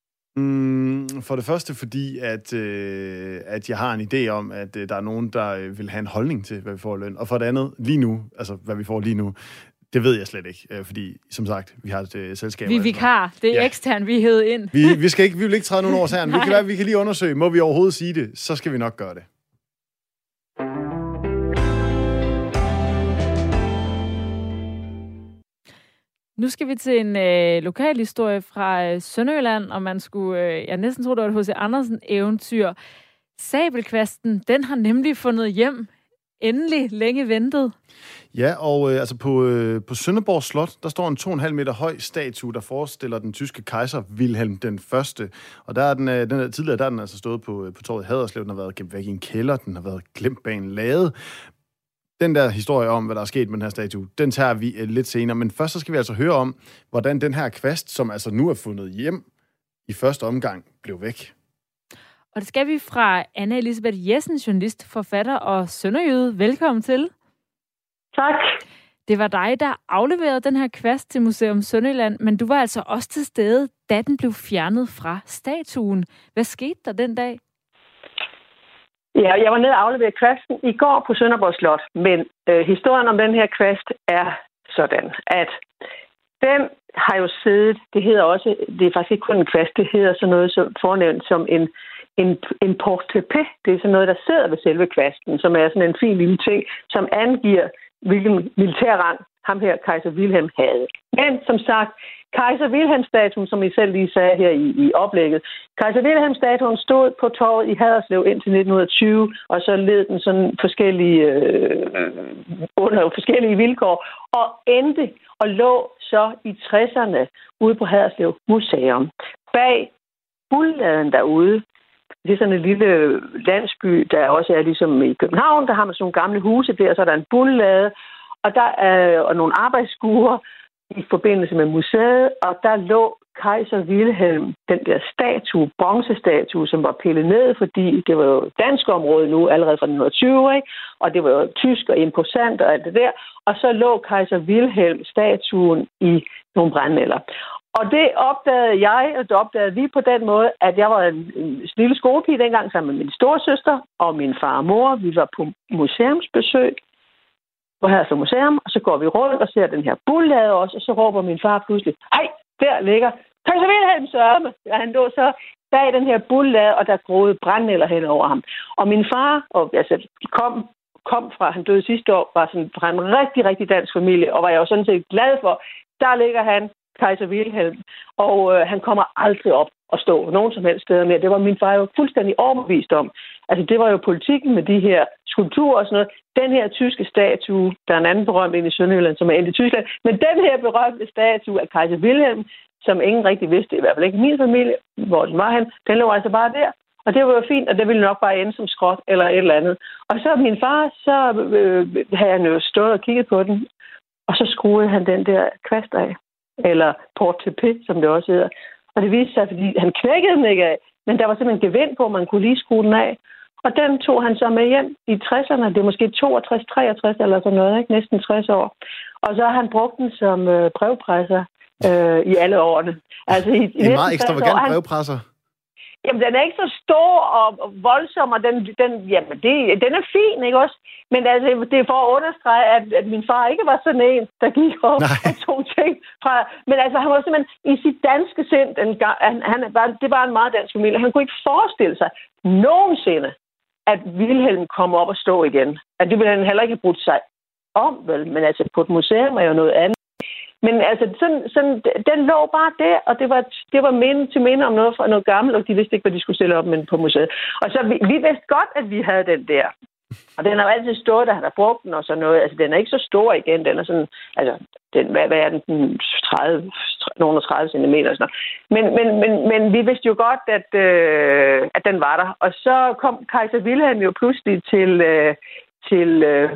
Mm, for det første, fordi at, øh, at jeg har en idé om, at øh, der er nogen, der øh, vil have en holdning til, hvad vi får i løn. Og for det andet, lige nu, altså hvad vi får lige nu, det ved jeg slet ikke, øh, fordi som sagt, vi har et øh, selskab. Vi er vikar. Det er ja. ekstern, vi hed ind. Vi, vi, skal ikke, vi vil ikke træde nogen over herren. Vi kan være, vi kan lige undersøge, må vi overhovedet sige det, så skal vi nok gøre det. Nu skal vi til en øh, lokal historie fra øh, Sønderjylland, og man skulle, øh, jeg næsten tror, det var et H C Andersen eventyr. Sabelkvasten, den har nemlig fundet hjem. Endelig længe ventet. Ja, og øh, altså på, øh, på Sønderborg Slot, der står en to komma fem meter høj statue, der forestiller den tyske kejser Wilhelm den første. Og der er den, øh, den er, tidligere der er den altså stået på, øh, på torvet i Haderslev. Den har været gemt væk i en kælder, den har været glemt bag en lade. Den der historie om, hvad der er sket med den her statue, den tager vi øh, lidt senere. Men først så skal vi altså høre om, hvordan den her kvast, som altså nu er fundet hjem, i første omgang blev væk. Og det skal vi fra Anna Elisabeth Jessen, journalist, forfatter og sønderjyde. Velkommen til. Tak. Det var dig, der afleverede den her kvast til Museum Sønderjylland, men du var altså også til stede, da den blev fjernet fra statuen. Hvad skete der den dag? Ja, jeg var nede og afleverede kvasten i går på Sønderborg Slot, men øh, historien om den her kvast er sådan, at den har jo siddet, det hedder også, det er faktisk ikke kun en kvast, det hedder sådan noget som fornævnt som en, en, en porte-pé. Det er sådan noget, der sidder ved selve kvasten, som er sådan en fin lille ting, som angiver, hvilken militærrang ham her, kejser Wilhelm, havde. Men som sagt, kejser Wilhelm-statuen, som I selv lige sagde her i, i oplægget, kejser Wilhelm-statuen stod på torvet i Haderslev indtil nitten tyve, og så led den sådan forskellige, øh, under forskellige vilkår, og endte og lå så i tresserne ude på Haderslev Museum. Bag guldladen derude, Det er sådan en lille landsby, der også er ligesom i København. Der har man sådan nogle gamle huse der, så er der en bullade, og der er og nogle arbejdsskuer i forbindelse med museet, og der lå kejser Wilhelm, den der statue, bronzestatue, som var pillet ned, fordi det var jo dansk område nu, allerede fra nitten tyve, ikke? Og det var jo tysk og imposant og alt det der. Og så lå kejser Wilhelm-statuen i nogle brandnælder. Og det opdagede jeg, og det opdagede vi på den måde, at jeg var en, en lille skolepige dengang sammen med min storesøster og min far og mor. Vi var på museumsbesøg på Haderslev Museum, og så går vi rundt og ser den her bullade også, og så råber min far pludselig, hej, der ligger kejser Wilhelm sørme. Ja, han lå så bag den her bullade, og der groede brandnælder hen over ham. Og min far, og altså, kom, kom fra, han døde sidste år, var sådan fra en rigtig, rigtig dansk familie, og var jeg jo sådan set glad for, der ligger han, kejser Wilhelm, og øh, han kommer aldrig op og stå nogen som helst steder mere. Det var min far jo fuldstændig overbevist om. Altså, det var jo politikken med de her skulpturer og sådan noget. Den her tyske statue, der er en anden berømt ind i Sønderjylland, som er ind i Tyskland, men den her berømte statue af kejser Wilhelm, som ingen rigtig vidste, i hvert fald ikke min familie, hvor den var hen, den lå altså bare der. Og det var jo fint, og det ville nok bare ende som skrot eller et eller andet. Og så min far, så øh, havde han jo stået og kigget på den, og så skruede han den der kvast af. Eller porte-pé, som det også hedder. Og det viste sig, fordi han knækkede den ikke af, men der var simpelthen gevind på, at man kunne lige skrue den af. Og den tog han så med hjem i tresserne. Det er måske toogtres, treogtres eller sådan noget, ikke? Næsten tres år. Og så har han brugt den som øh, brevpresser øh, i alle årene. Altså, i, i en meget ekstravagant han... brevpresser. Jamen, den er ikke så stor og voldsom, og den, den, jamen, det, den er fin, ikke også? Men altså, det er for at understrege, at, at min far ikke var sådan en, der gik op og tog ting fra... Men altså, han var simpelthen i sit danske sind, en, han, han, det var en meget dansk familie. Han kunne ikke forestille sig nogensinde, at Wilhelm kom op og stå igen. At det ville han heller ikke have brudt sig om, vel? Men altså, på et museum er jo noget andet. Men altså, sådan, sådan, den lå bare der, og det var, det var minde til minde om noget fra noget gammelt, og de vidste ikke, hvad de skulle stille op med på museet. Og så vi, vi vidste godt, at vi havde den der. Og den har jo altid stået, da han har brugt den og sådan noget. Altså, den er ikke så stor igen. Den er sådan, altså, den, hvad, hvad er den? tredive, nogle tredive centimeter og sådan noget. Men, men, men, men vi vidste jo godt, at, øh, at den var der. Og så kom kejser Wilhelm jo pludselig til... Øh, til, øh,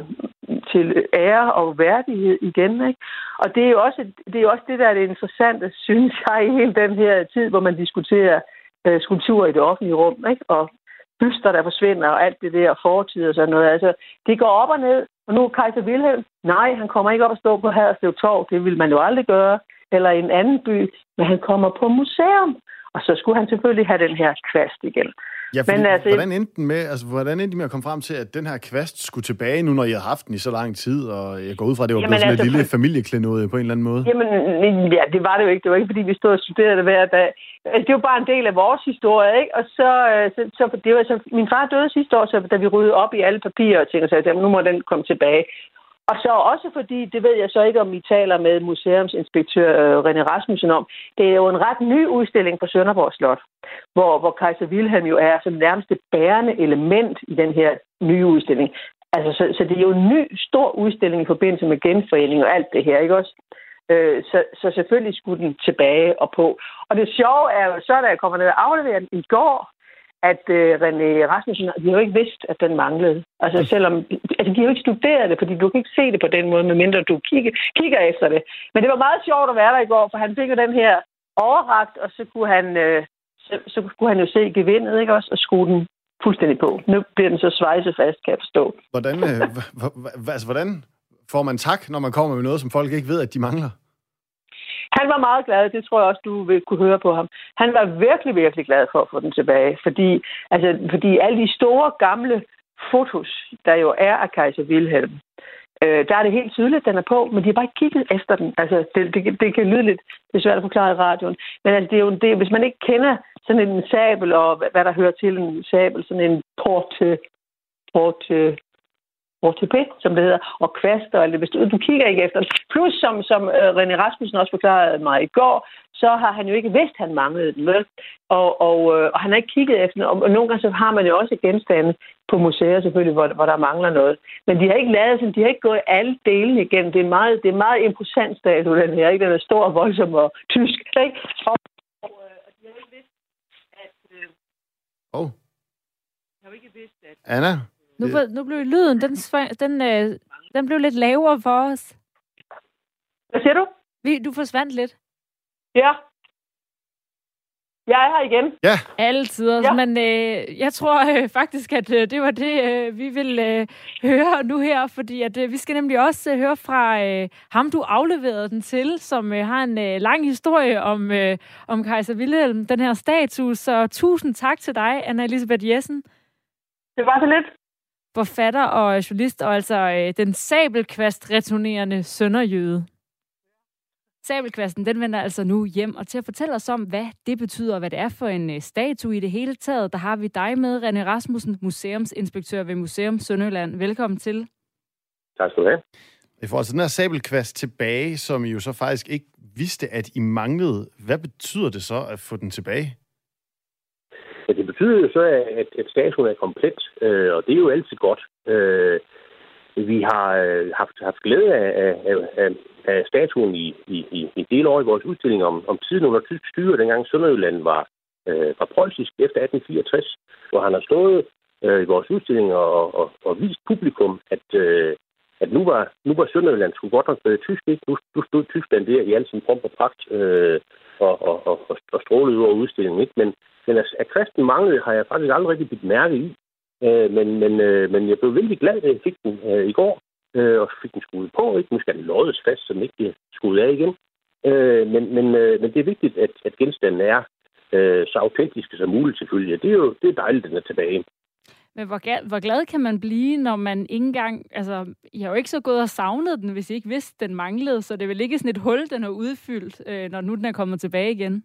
til ære og værdighed igen, ikke? Og det er jo også det, er jo også det der er det interessante, synes jeg, i hele den her tid, hvor man diskuterer øh, skulpturer i det offentlige rum, ikke? Og byster, der forsvinder, og alt det der, fortid og sådan noget. Altså, det går op og ned, og nu er kejser Wilhelm, nej, han kommer ikke op og stå på Haderslev Torv, det vil man jo aldrig gøre, eller i en anden by, men han kommer på museum, og så skulle han selvfølgelig have den her kvast igen. Ja, fordi, men altså, hvordan endte den med, altså, hvordan endte de med at komme frem til, at den her kvast skulle tilbage nu, når I havde haft den i så lang tid, og jeg går ud fra, at det var blevet sådan altså, et lille familieklenode på en eller anden måde? Jamen, ja, det var det jo ikke. Det var ikke, fordi vi stod og studerede det hver dag. Det er jo bare en del af vores historie, ikke? Og så, så, så det var, så min far døde sidste år, så da vi ryddede op i alle papirer og tænkte, så nu må den komme tilbage. Og så også fordi, det ved jeg så ikke, om I taler med museumsinspektør René Rasmussen om, det er jo en ret ny udstilling på Sønderborg Slot, hvor, hvor kejser Wilhelm jo er som nærmest det bærende element i den her nye udstilling. Altså, så, så det er jo en ny, stor udstilling i forbindelse med genforening og alt det her, ikke også? Øh, så, så selvfølgelig skulle den tilbage og på. Og det sjove er jo så, da jeg kommer ned og afleverer den i går, at øh, René Rasmussen, de har jo ikke vidst, at den manglede. Altså selvom, altså de har jo ikke studeret det, fordi du kan ikke se det på den måde, medmindre du kigger, kigger efter det. Men det var meget sjovt at være der i går, for han fik jo den her overrakt, og så kunne han, øh, så, så kunne han jo se gevindet, ikke også, og skrue den fuldstændig på. Nu bliver den så svejset fast, kan jeg forstå. Hvordan, øh, altså, hvordan får man tak, når man kommer med noget, som folk ikke ved, at de mangler? Han var meget glad, det tror jeg også, du vil kunne høre på ham. Han var virkelig, virkelig glad for at få den tilbage, fordi, altså, fordi alle de store, gamle fotos, der jo er af kejser Wilhelm, øh, der er det helt tydeligt, at den er på, men de har bare ikke kigget efter den. Altså, det, det, det kan lyde lidt, det er svært at forklare i radioen, men altså, det er jo det, hvis man ikke kender sådan en sabel, og hvad der hører til en sabel, sådan en porte, porte, porte-pé, som det hedder, og kvaster, eller hvis du, du kigger ikke efter det. Plus, som, som uh, René Rasmussen også forklarede mig i går, så har han jo ikke vidst, at han manglede den, vel? Og, og, uh, og han har ikke kigget efter den. Og, og nogle gange så har man jo også genstande på museer, selvfølgelig, hvor, hvor der mangler noget. Men de har ikke lavet sådan, de har ikke gået alle delene igennem. Det er meget, det er meget imposant statue, den her, ikke? Den er stor og voldsom og tysk, ikke? Og, og, og de har ikke vidst, at... Uh... Oh. Anna? Nu, nu blev lyden, den, den, øh, den blev lidt lavere for os. Hvad siger du? Vi, du forsvandt lidt. Ja. Jeg er her igen. Ja. Altid også, ja. Men øh, jeg tror øh, faktisk, at øh, det var det, øh, vi vil øh, høre nu her, fordi at øh, vi skal nemlig også øh, høre fra øh, ham, du afleverede den til, som øh, har en øh, lang historie om, øh, om Kejser Wilhelm, den her statue. Så tusind tak til dig, Anna Elisabeth Jessen. Det var så lidt. Forfatter og journalist, og altså øh, den sabelkvast-returnerende sønderjyde. Sabelkvasten, den vender altså nu hjem, og til at fortælle os om, hvad det betyder, og hvad det er for en uh, statue i det hele taget, der har vi dig med, René Rasmussen, museumsinspektør ved Museum Sønderjylland. Velkommen til. Tak skal du have. I forhold til den her sabelkvast tilbage, som I jo så faktisk ikke vidste, at I manglede, hvad betyder det så at få den tilbage? Ja, det betyder jo så, at, at statuen er komplet, øh, og det er jo altid godt. Øh, Vi har øh, haft, haft glæde af, af, af, af statuen i, i, i en del år i vores udstilling om, om tiden under tysk styre, dengang Sønderjylland var, øh, var preussisk efter atten fireogtres, hvor han har stået øh, i vores udstilling og, og, og vist publikum, at, øh, at nu var, nu var Sønderjylland sgu godt nok blevet tysk, ikke? Nu, nu stod Tyskland der i al sin pomp og pragt øh, og, og, og, og strålede over udstillingen, ikke? Men, men at, at kristen manglede, har jeg faktisk aldrig rigtig bidt mærke i. Øh, men, men, øh, men jeg blev vældig glad, da jeg fik den øh, i går, øh, og fik den skruet på. Ikke? Nu skal den loddes fast, så den ikke bliver skruet af igen. Øh, men, men, øh, men det er vigtigt, at, at genstanden er øh, så autentiske som muligt selvfølgelig. Det er jo det er dejligt, at den er tilbage. Men hvor, glad, hvor glad kan man blive, når man ikke engang... Altså, I har jo ikke så gået og savnet den, hvis I ikke vidste, den manglede, så det er vel ikke sådan et hul, den er udfyldt, øh, når nu den er kommet tilbage igen?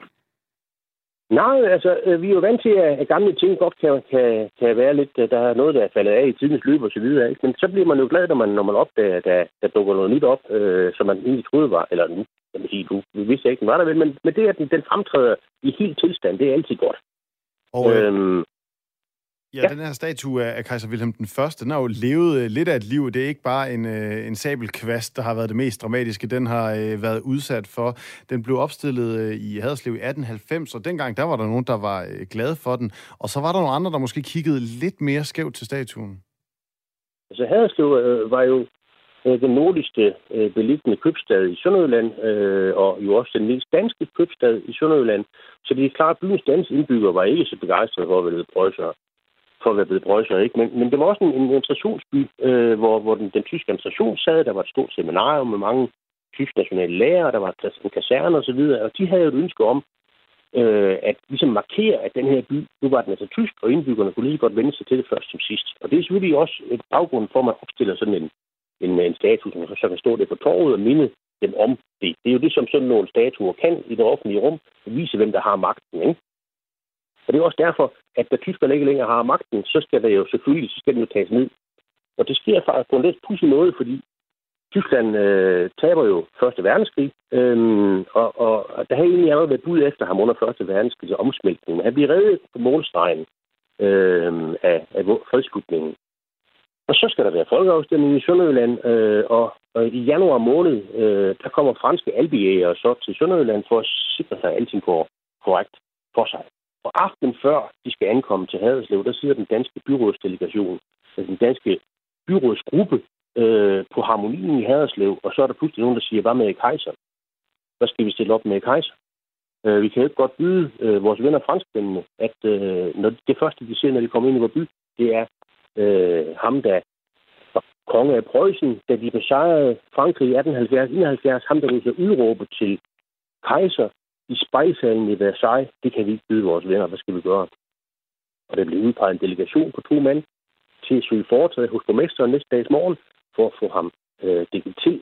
Nej, altså, vi er jo vant til, at gamle ting godt kan, kan, kan være lidt, der er noget, der er faldet af i tidens løb og så videre, ikke? Men så bliver man jo glad, når man, når man opdager, at der, der dukker noget nyt op, øh, som man egentlig troede var, eller nu, kan man sige, du, vi vidste ikke, den var der vel, men, men det, at den, den fremtræder i helt tilstand, det er altid godt. Og, øhm, Ja, ja, den her statue af Kejser Wilhelm den første, den har jo levet lidt af et liv. Det er ikke bare en, en sabelkvast, der har været det mest dramatiske. Den har øh, været udsat for. Den blev opstillet øh, i Haderslev i atten halvfems, og dengang der var der nogen, der var øh, glade for den. Og så var der nogle andre, der måske kiggede lidt mere skævt til statuen. Altså Haderslev øh, var jo øh, den nordligste øh, beliggende købstad i Sønderjylland, øh, og jo også den mest danske købstad i Sønderjylland. Så det er klart, at byens danske indbyggere var ikke så begejstrede for at være preussere. for at være blevet preussere, ikke? Men, men det var også en, en administrationsby, øh, hvor, hvor den, den tyske administration sad. Der var et stort seminarium med mange tysk nationale lærere, der var en kaserne og så videre, og de havde jo et ønske om øh, at ligesom markere, at den her by, nu var den altså tysk, og indbyggerne kunne lige godt vende sig til det først som sidst. Og det er selvfølgelig også et baggrund for, at man opstiller sådan en, en, en status, så kan stå det på torvet og minde dem om det. Det er jo det, som sådan nogle statuer kan i det offentlige rum, vise hvem der har magten, ikke? Og det er også derfor, at da tyskerne ikke længere har magten, så skal der jo selvfølgelig, så skal den jo tages ned. Og det sker faktisk på en lidt pudsig måde, fordi Tyskland øh, taber jo første verdenskrig, øh, og, og der har egentlig allerede været bud efter ham under første verdenskrig til omsmeltning. Han bliver reddet på målstregen øh, af, af fredsslutningen. Og så skal der være folkeafstemning i Sønderjylland, øh, og, og i januar måned, øh, der kommer franske albiæger så til Sønderjylland for at sikre sig, at alting går korrekt for sig. Og aftenen før de skal ankomme til Haderslev, der sidder den danske byrådsdelegation, altså den danske byrådsgruppe øh, på Harmonien i Haderslev, og så er der pludselig nogen, der siger, hvad med Kejser? Hvad skal vi stille op med Kejser? Øh, vi kan jo ikke godt byde øh, vores venner franskmændene, at øh, når det første, de ser, når de kommer ind i vores by, det er øh, ham, der var konge af Preussen, da de besejrede Frankrig i atten halvfjerds enoghalvfjerds, ham, der ville så udråbe til Kejser i spejlsalen i Versailles. Det kan vi ikke byde vores venner. Hvad skal vi gøre? Og der blev udpeget en delegation på to mand til at søge foretræde hos borgmesteren næste dags morgen for at få ham øh, dækket til.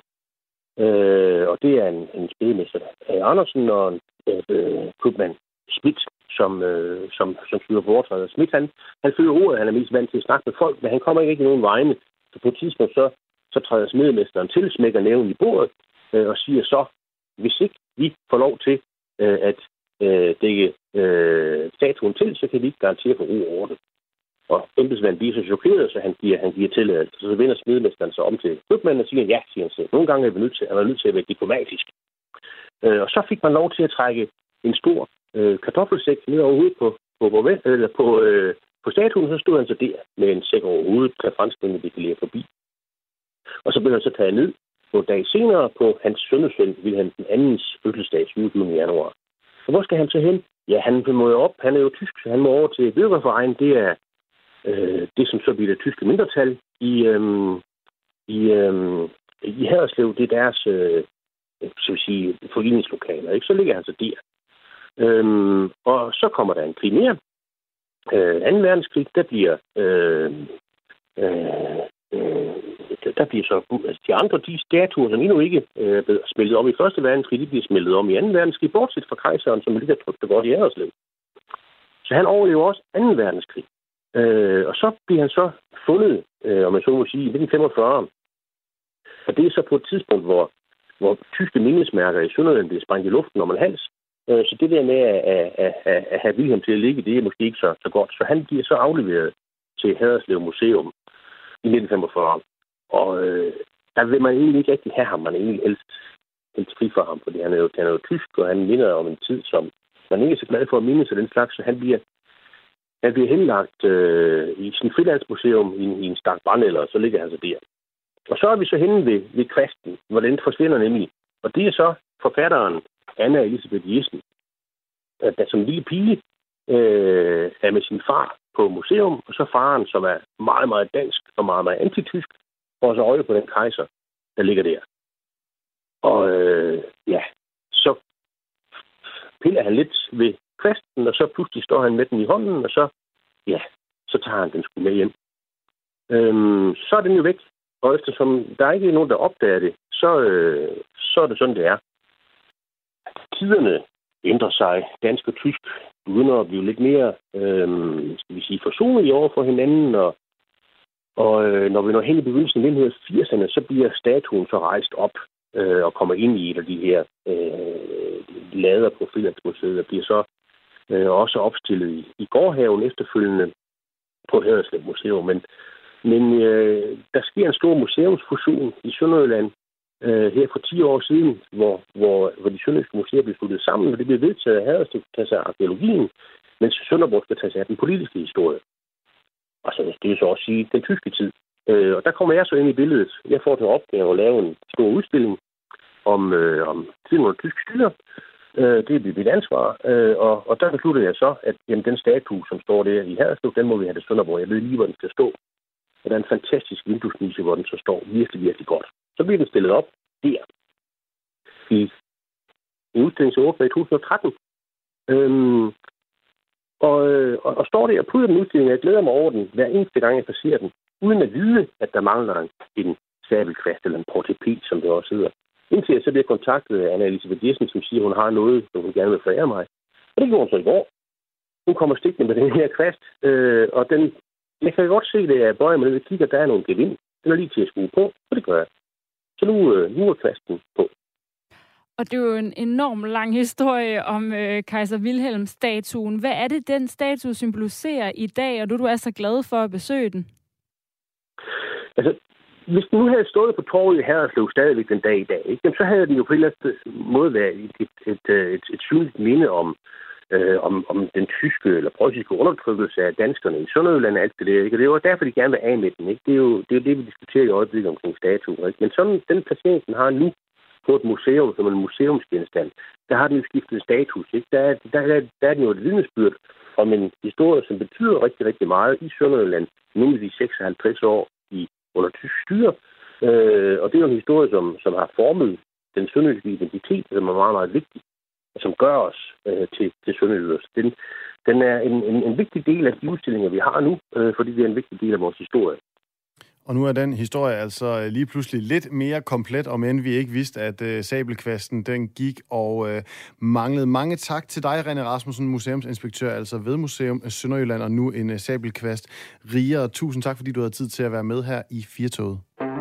Øh, og det er en, en spædemester Andersen og en øh, købmand Schmidt, som, øh, som, som styrer foretrædet. Schmidt, han, han følger ordet, han er mest vant til at snakke med folk, men han kommer ikke i nogen vegne. Så på et tidspunkt så, så træder smedemesteren til, smækker næven i bordet øh, og siger så, hvis ikke vi får lov til øh, at øh, dække øh, statuen til, så kan vi ikke garantere for ro over det. Og embedsmanden bliver så chokeret, så han giver, han giver tilladelse. Så vender smedemesteren sig om til købmanden og siger, ja, siger han selv. Nogle gange er vi nødt til, er nødt til at være diplomatisk. Øh, og så fik man lov til at trække en stor øh, kartoffelsæk ned over hovedet på, på, på, eller på, øh, på statuen, så stod han så der med en sæk over hovedet, der franskmændene defilerer forbi. Og så blev han så taget ned nogle dage senere på hans sønnesøn, Wilhelm den andens fødselsdag, syvogtyvende januar. Og hvor skal han så hen? Ja, han må jo op. Han er jo tysk, så han må over til Bürgerverein. Det er øh, det, som så bliver det tyske mindretal i, øh, i, øh, i Haderslev. Det er deres øh, skal vi sige, foreningslokaler. Ikke? Så ligger han så der. Øh, og så kommer der en krig mere. Øh, anden verdenskrig, der bliver øh, øh, øh, der bliver så altså de andre de statuer, som endnu ikke er øh, smeltet om i første verdenskrig, de bliver smeltet om i anden verdenskrig, bortset fra kejseren, som ligger trygt godt i Haderslev. Så han overlever også anden verdenskrig. Øh, og så bliver han så fundet, øh, om man så må sige, i nitten femogfyrre. Og det er så på et tidspunkt, hvor, hvor tyske mindesmærker i Sønderjylland bliver sprængt i luften om en hals. Øh, så det der med at, at, at, at have Wilhelm til at ligge, det er måske ikke så, så godt. Så han bliver så afleveret til Haderslev Museum i nitten femogfyrre. Og øh, der vil man egentlig ikke rigtig have ham. Man er egentlig helst, helst fri for ham, fordi han er, jo, han er jo tysk, og han minder om en tid, som man ikke er så glad for at minde sig den slags. Så han bliver, han bliver henlagt øh, i sin frilandsmuseum i, i en stak brændelder, og så ligger han så der. Og så er vi så henne ved, ved Christen, hvor den forsvinder nemlig. Og det er så forfatteren Anna Elisabeth Jessen, der som lille pige øh, er med sin far på museum, og så faren, som er meget, meget dansk og meget, meget antitysk, får så øje på den kejser, der ligger der. Og øh, ja, så piller han lidt ved kvasten, og så pludselig står han med den i hånden, og så, ja, så tager han den sgu med hjem. Øhm, så er den jo væk, og eftersom der ikke er nogen, der opdager det, så, øh, så er det sådan, det er. Tiderne ændrer sig. Dansk og tysk begynder at blive lidt mere, øh, skal vi sige, forsonlige over for hinanden, og Og øh, når vi når hen i begyndelsen af nitten firserne, så bliver statuen så rejst op øh, og kommer ind i et af de her øh, lader på Frilandsmuseet, og bliver så øh, også opstillet i, i gårdhaven efterfølgende på Haderslev Museum. Men, men øh, der sker en stor museumsfusion i Sønderjylland øh, her for ti år siden, hvor, hvor, hvor de sønderjyske museer blev sluttet sammen, og det blev vedtaget af Haderslev til at tage sig af arkeologien, mens Sønderborg skal tage sig af den politiske historie. Altså, det vil så også sige den tyske tid. Øh, og der kommer jeg så ind i billedet. Jeg får til opgave at lave en stor udstilling om, øh, om tiden under tysk styre. Øh, det er mit ansvar. Øh, og, og der besluttede jeg så, at jamen, den statue, som står der i Haderslev, den må vi have det Sønderborg. Jeg ved lige, hvor den skal stå. Og der er en fantastisk vinduesniche, hvor den så står virkelig, virkelig godt. Så bliver den stillet op der i en udstilling, som åbner i to tusind og tretten. Øhm, Og, og, og står der og puder den udstilling, jeg glæder mig over den hver eneste gang, jeg passerer den, uden at vide, at der mangler en, en sabelkvast eller en portepet, som det også hedder. Indtil jeg så bliver kontaktet af Anna Elisabeth Jessen, som siger, at hun har noget, som hun gerne vil forære mig. Og det gjorde hun så i går. Hun kommer stikkende med den her kvast, øh, og den, jeg kan godt se, at jeg bøjer mig ned og kigger, der er nogle gevind. Den er lige til at skue på, og det gør jeg. Så nu, øh, nu er kvasten på. Og det er jo en enorm lang historie om øh, kejser Wilhelm-statuen. Hvad er det, den statue symboliserer i dag, og du, du er så glad for at besøge den? Altså, hvis den nu havde stået på torvet i Haderslev stadigvæk den dag i dag, ikke, så havde den jo på en eller anden måde været et, et, et, et, et synligt minde om, øh, om, om den tyske eller preussiske undertrykkelse af danskerne i Sønderjylland og alt det der. Ikke? Og det er jo derfor, de gerne vil af med den. Ikke? Det er jo det, er det vi diskuterer i øjeblikket omkring statuen. Ikke? Men sådan den placering, den har nu på et museum, som en museumsgenstand, der har den jo skiftet status. Ikke? Der, er, der, der, der er den jo et vidnesbyrd om en historie, som betyder rigtig, rigtig meget i Sønderjylland, nemlig de seksoghalvtreds år i under tysk styre. Øh, og det er jo en historie, som, som har formet den sønderjyske identitet, som er meget, meget vigtig, og som gør os øh, til, til sønderjyder. Den, den er en, en, en vigtig del af de udstillinger, vi har nu, øh, fordi det er en vigtig del af vores historie. Og nu er den historie altså lige pludselig lidt mere komplet, om end vi ikke vidste, at uh, sabelkvasten den gik og uh, manglede. Mange tak til dig, René Rasmussen, museumsinspektør, altså ved Museum Sønderjylland, og nu en uh, sabelkvast rigere. Tusind tak, fordi du havde tid til at være med her i Firtoget.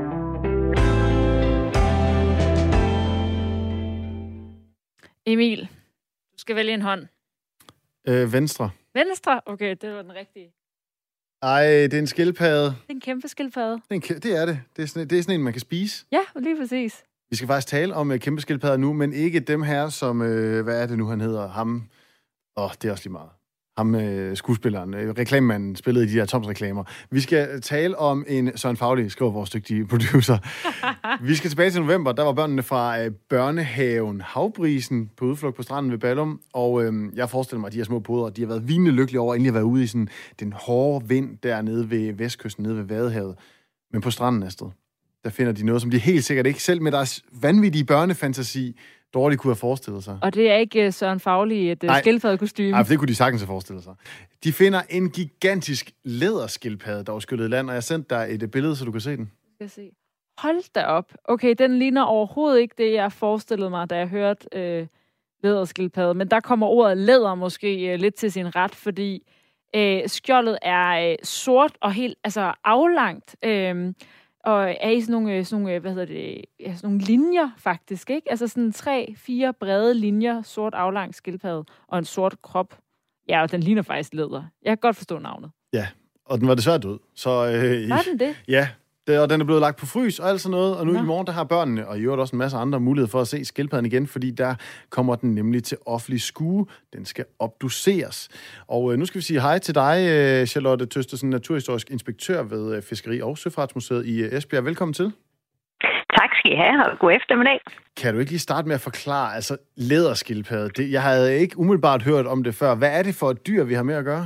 Emil, du skal vælge en hånd. Øh, venstre. Venstre? Okay, det var den rigtige. Ej, det er en skildpadde. Det er en kæmpe skildpadde. Det er, en, det er det. Det er, sådan, det er sådan en, man kan spise. Ja, lige præcis. Vi skal faktisk tale om uh, kæmpe skildpadder nu, men ikke dem her, som, uh, hvad er det nu, han hedder? Ham. Åh, oh, det er også lige meget. ham øh, skuespilleren, øh, reklamemanden, spillede i de her Toms-reklamer. Vi skal tale om en Søren Fauli, skriver vores dygtige producer. Vi skal tilbage til november. Der var børnene fra øh, børnehaven Havbrisen på udflugt på stranden ved Ballum, og øh, jeg forestiller mig, at de her små poder, de har været vinende lykkelige over, endelig at være ude i sådan, den hårde vind dernede ved vestkysten, nede ved Vadehavet. Men på stranden, Astrid, der finder de noget, som de helt sikkert ikke selv med deres vanvittige børnefantasi dårligt kunne have forestillet sig. Og det er ikke Søren Fauli i et skildpaddekostyme. Nej, for det kunne de sagtens have forestillet sig. De finder en gigantisk læderskildpadde, der var skyllet i land, og jeg sendte dig et billede, så du kan se den. Skal se. Hold da op. Okay, den ligner overhovedet ikke det, jeg forestillede mig, da jeg hørte øh, læderskildpadde. Men der kommer ordet læder måske øh, lidt til sin ret, fordi øh, skjoldet er øh, sort og helt altså aflangt. Øh, Og er i sådan nogle, sådan nogle, hvad hedder det, ja, sådan nogle linjer, faktisk, ikke? Altså sådan tre, fire brede linjer, sort aflang skildpadde og en sort krop. Ja, og den ligner faktisk læder. Jeg kan godt forstå navnet. Ja, og den var desværre død. Så, øh, var den det? Ja, det, og den er blevet lagt på frys og alt sådan noget. Og nu Nå. i morgen, der har børnene, og i øvrigt også en masse andre muligheder for at se skildpadden igen, fordi der kommer den nemlig til offentlig skue. Den skal obduceres. Og øh, nu skal vi sige hej til dig, øh, Charlotte Tøstesen, naturhistorisk inspektør ved øh, Fiskeri- og Søfartsmuseet i øh, Esbjerg. Velkommen til. Tak skal I have, og god eftermiddag. Kan du ikke lige starte med at forklare, altså læderskildpadde, det, jeg havde ikke umiddelbart hørt om det før. Hvad er det for et dyr, vi har med at gøre?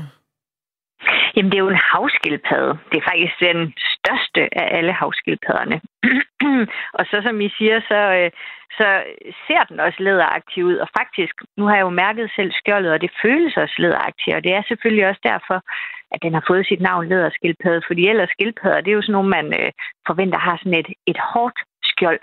Jamen, det er jo en havskildpadde. Det er faktisk den største af alle havskildpadderne. Og så som I siger, så, så ser den også læderagtig ud. Og faktisk, nu har jeg jo mærket selv skjoldet, og det føles også læderagtigt. Og det er selvfølgelig også derfor, at den har fået sit navn læderskildpadde. Fordi ellers skildpadder, det er jo sådan nogle, man øh, forventer har sådan et, et hårdt skjold.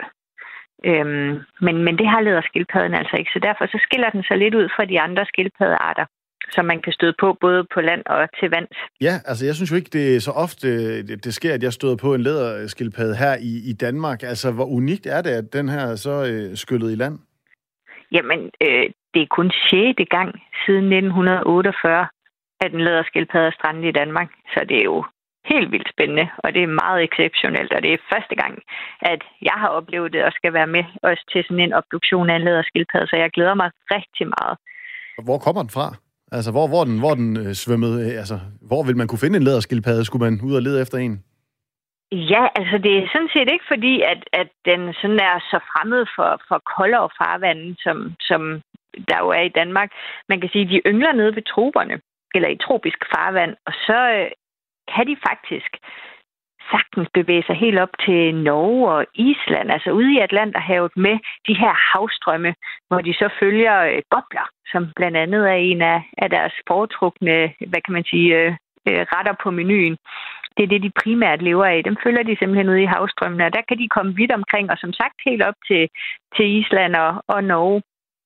Øhm, men, men det har læderskildpadden altså ikke. Så derfor så skiller den sig lidt ud fra de andre skildpaddearter, som man kan støde på, både på land og til vands. Ja, altså jeg synes jo ikke, det er så ofte, det, det sker, at jeg støder på en læderskildpadde her i, i Danmark. Altså, hvor unikt er det, at den her er så øh, skyllet i land? Jamen, øh, det er kun sjette gang siden nitten otteogfyrre, at en læderskildpadde er strandet i Danmark. Så det er jo helt vildt spændende, og det er meget exceptionelt, og det er første gang, at jeg har oplevet det og skal være med også til sådan en obduktion af en læderskildpadde, så jeg glæder mig rigtig meget. Hvor kommer den fra? Altså, hvor, hvor den, hvor den øh, svømmede? Altså, hvor vil man kunne finde en læderskildpadde? Skulle man ud og lede efter en? Ja, altså det er sådan set ikke fordi, at, at den sådan er så fremmed for, for koldere farvande, som, som der jo er i Danmark. Man kan sige, at de yngler nede ved troperne, eller i tropisk farvand, og så øh, kan de faktisk sagtens bevæge sig helt op til Norge og Island, altså ude i Atlanterhavet med de her havstrømme, hvor de så følger øh, gobler, som blandt andet er en af, af deres foretrukne, hvad kan man sige, øh, øh, retter på menuen. Det er det, de primært lever af. Dem følger de simpelthen ude i havstrømmene, og der kan de komme vidt omkring, og som sagt helt op til, til Island og, og Norge.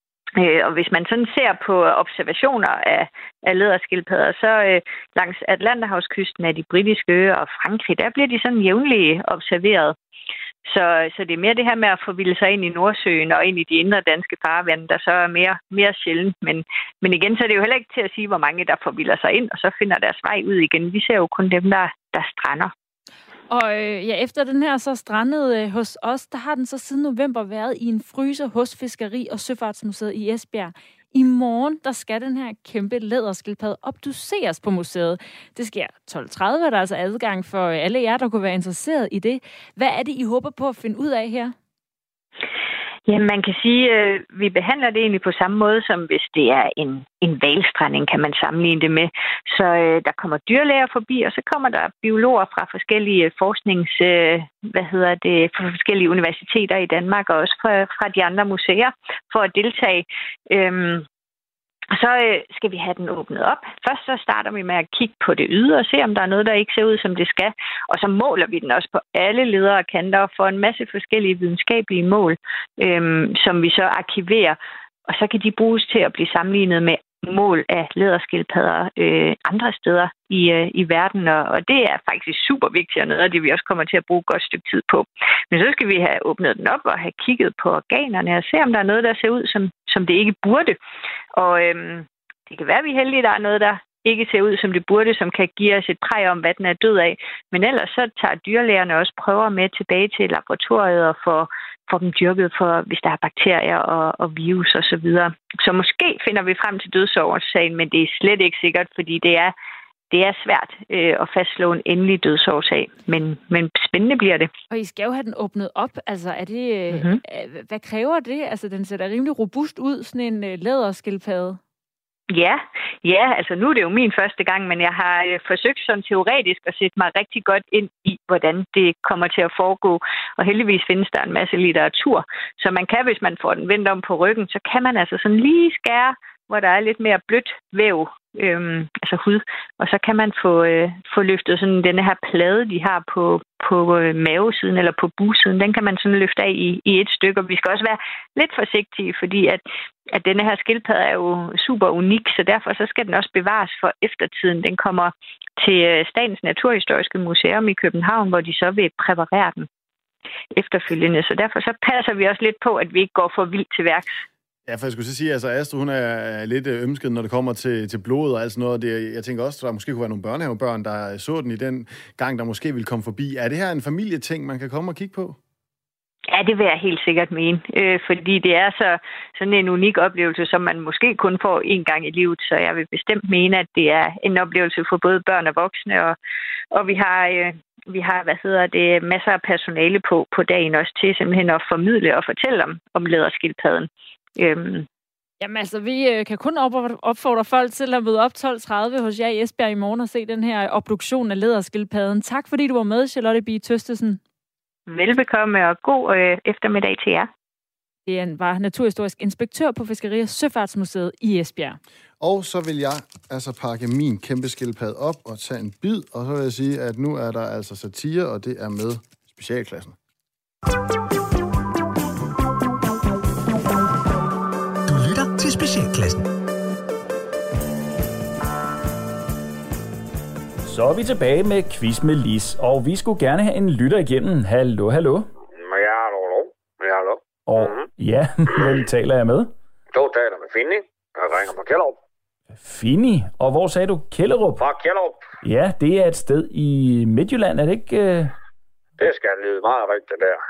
Øh, og hvis man sådan ser på observationer af, af læderskildpadder, så øh, langs Atlanterhavskysten af de britiske øer og Frankrig, der bliver de sådan jævnligt observeret. Så, så det er mere det her med at forvilde sig ind i Nordsøen og ind i de indre danske farvande, der så er mere, mere sjældent. Men, men igen, så er det jo heller ikke til at sige, hvor mange der forvilder sig ind og så finder deres vej ud igen. Vi ser jo kun dem, der, der strander. Og øh, ja, efter den her så strandede øh, hos os, der har den så siden november været i en fryser hos Fiskeri- og Søfartsmuseet i Esbjerg. I morgen, der skal den her kæmpe læderskildpadde obduceres på museet. Det sker tolv tredive, der er altså adgang for alle jer, der kunne være interesseret i det. Hvad er det, I håber på at finde ud af her? Ja, man kan sige, at øh, vi behandler det egentlig på samme måde, som hvis det er en, en hvalstranding, kan man sammenligne det med. Så øh, der kommer dyrlæger forbi, og så kommer der biologer fra forskellige forsknings, øh, hvad hedder det, fra forskellige universiteter i Danmark, og også fra, fra de andre museer, for at deltage. Øhm, Og så øh, skal vi have den åbnet op. Først så starter vi med at kigge på det ydre og se, om der er noget, der ikke ser ud, som det skal. Og så måler vi den også på alle ledere og kanter og får en masse forskellige videnskabelige mål, øh, som vi så arkiverer. Og så kan de bruges til at blive sammenlignet med mål af læderskildpadder øh, andre steder i, øh, i verden, og, og det er faktisk super vigtigt, og noget af det, vi også kommer til at bruge et godt stykke tid på. Men så skal vi have åbnet den op og have kigget på organerne og se, om der er noget, der ser ud, som, som det ikke burde. Og øhm, det kan være, at vi er heldige, der er noget, der, ikke ser ud, som det burde, som kan give os et præg om, hvad den er død af. Men ellers så tager dyrlægerne også prøver med tilbage til laboratoriet og får, får dem dyrket for, hvis der er bakterier og, og virus og så videre. Så måske finder vi frem til dødsårsagen, men det er slet ikke sikkert, fordi det er, det er svært øh, at fastslå en endelig dødsårsag. Men, men spændende bliver det. Og I skal jo have den åbnet op. Altså, er det, mm-hmm. øh, hvad kræver det? Altså, den ser da rimelig robust ud, sådan en øh, læderskildpadde. Ja, ja, altså nu er det jo min første gang, men jeg har øh, forsøgt sådan teoretisk at sætte mig rigtig godt ind i, hvordan det kommer til at foregå. Og heldigvis findes der en masse litteratur. Så man kan, hvis man får den vendt om på ryggen, så kan man altså sådan lige skære, hvor der er lidt mere blødt væv, øhm, altså hud. Og så kan man få, øh, få løftet sådan denne her plade, de har på, på øh, mavesiden eller på bugsiden. Den kan man sådan løfte af i, i et stykke. Og vi skal også være lidt forsigtige, fordi at, at denne her skildpadde er jo super unik, så derfor så skal den også bevares for eftertiden. Den kommer til øh, Statens Naturhistoriske Museum i København, hvor de så vil præparere den efterfølgende. Så derfor så passer vi også lidt på, at vi ikke går for vildt til værks. Ja, for jeg skulle sige, altså Astrid, hun er lidt ømsket, når det kommer til, til blod og alt sådan noget. Det, jeg tænker også, at der måske kunne være nogle børnehavebørn, der så den i den gang, der måske ville komme forbi. Er det her en familieting, man kan komme og kigge på? Ja, det vil jeg helt sikkert mene, øh, fordi det er så sådan en unik oplevelse, som man måske kun får én gang i livet, så jeg vil bestemt mene, at det er en oplevelse for både børn og voksne, og, og vi har, øh, vi har, hvad hedder det, masser af personale på, på dagen også til simpelthen at formidle og fortælle om, om læderskildpadden. Øhm. Jamen altså, vi øh, kan kun opfordre folk til at møde op tolv tredive hos jer i Esbjerg i morgen og se den her obduktion af læderskildpadden. Tak fordi du var med, Charlotte Bie Tøstesen. Velbekomme og god øh, eftermiddag til jer. Det var naturhistorisk inspektør på Fiskeri- og Søfartsmuseet i Esbjerg. Og så vil jeg altså pakke min kæmpe skildpadde op og tage en bid, og så vil jeg sige, at nu er der altså satire, og det er med specialklassen. Du lytter til Specialklassen. Så er vi tilbage med Quiz med Lis, og vi skulle gerne have en lytter igennem. Hallo, hallo. Ja, hallo. Ja, hallo. Og mm-hmm. ja, hvem taler jeg med? Du taler med Finny. Jeg ringer fra Kjellerup. Finny? Og hvor sagde du Kjellerup? Fra Kjellerup. Ja, det er et sted i Midtjylland, er det ikke? Uh... Det skal lyde meget rigtigt der.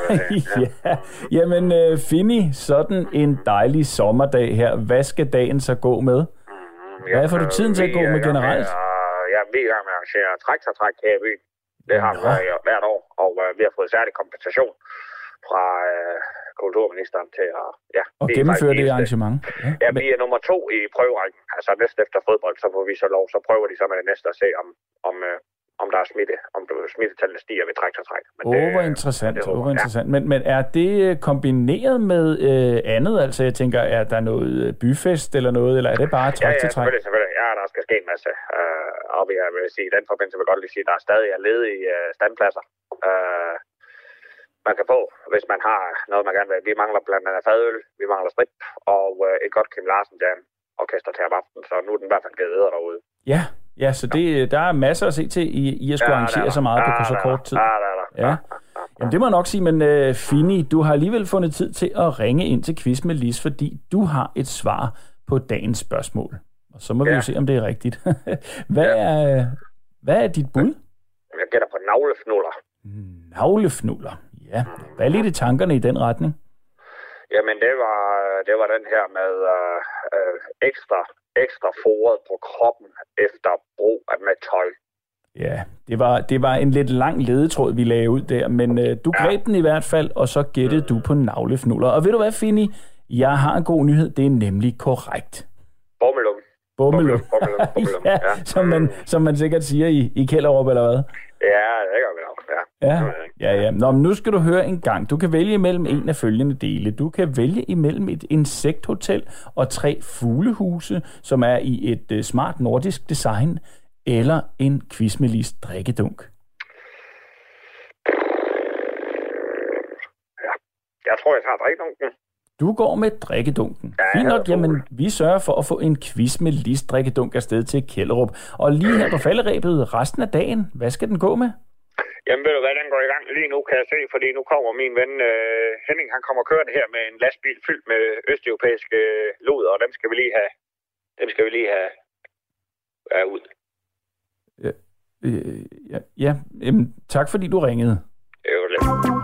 ja, jamen uh, Finny, sådan en dejlig sommerdag her. Hvad skal dagen så gå med? Mm-hmm. Hvad får du tiden til at gå med generelt? Ja, vi er i gang med at arrangere træktertræk her i byen. Det har vi ja. hvert år, og uh, vi har fået særlig kompensation fra uh, kulturministeren til at ja, og gennemføre det arrangement. Ja, ja, vi er nummer to i prøverækken. Altså næste efter fodbold, så får vi så lov, så prøver de så med det næste at se, om, om, uh, om der er smitte, om smittetallene stiger ved træktertræk. Åh, oh, hvor interessant. Det, oh, hvor interessant. Ja. Men, men er det kombineret med øh, andet? Altså jeg tænker, er der noget byfest eller noget, eller er det bare træk til træk? Ja, ja, selvfølgelig, selvfølgelig. Ja, der skal ske en masse. Uh, og vi vil sige, i den forbindelse vil jeg godt lige sige, at der er stadig er ledige uh, standpladser. Uh, man kan få, hvis man har noget, man gerne vil. Vi mangler blandt andet fadøl, vi mangler sprit, og uh, et godt Kim Larsen Jam orkester til om aftenen, så nu er den i hvert fald givet derude. Ja, ja, så det, der er masser at se til i, i at skulle ja, arrangere så meget ja, på så kort tid. Ja, det er der. Ja. Jamen, det må jeg nok sige, men uh, Finny, du har alligevel fundet tid til at ringe ind til Quiz med Lis, fordi du har et svar på dagens spørgsmål. Og så må ja. vi jo se, om det er rigtigt. hvad, ja. er, hvad er dit bud? Jeg gætter på navlefnuller. Navlefnuller, ja. Hvad er lidt i tankerne i den retning? Jamen, det var, det var den her med øh, øh, ekstra, ekstra foret på kroppen efter brug af med tøj. Ja, det var, det var en lidt lang ledetråd, vi lagde ud der, men øh, du greb ja. den i hvert fald, og så gættede mm. du på navlefnuller. Og ved du hvad, Finny? Jeg har en god nyhed, det er nemlig korrekt. Bummelum. Bummelum. Bummelum. Bummelum. ja, ja. Som, man, som man sikkert siger i, i Kjellerup, eller hvad? Ja, det gør vi nok, ja. Ja, ja, ja. Nå, men nu skal du høre en gang. Du kan vælge imellem en af følgende dele. Du kan vælge imellem et insekthotel og tre fuglehuse, som er i et uh, smart nordisk design, eller en Quiz med Lis drikkedunk. Ja, jeg tror, jeg tager drikkedunken. Du går med drikkedunken. Ja, fint nok, jamen vi sørger for at få en Quiz med Lis drikkedunk afsted til Kjellerup. Og lige her på falderæbet resten af dagen, hvad skal den gå med? Jamen ved du hvad, den går i gang lige nu, kan jeg se, fordi nu kommer min ven uh, Henning, han kommer kørende her med en lastbil fyldt med østeuropæiske luder, og dem skal vi lige have, dem skal vi lige have er ud. Ja, øh, ja, ja. Jamen, tak fordi du ringede. Det er jo lidt.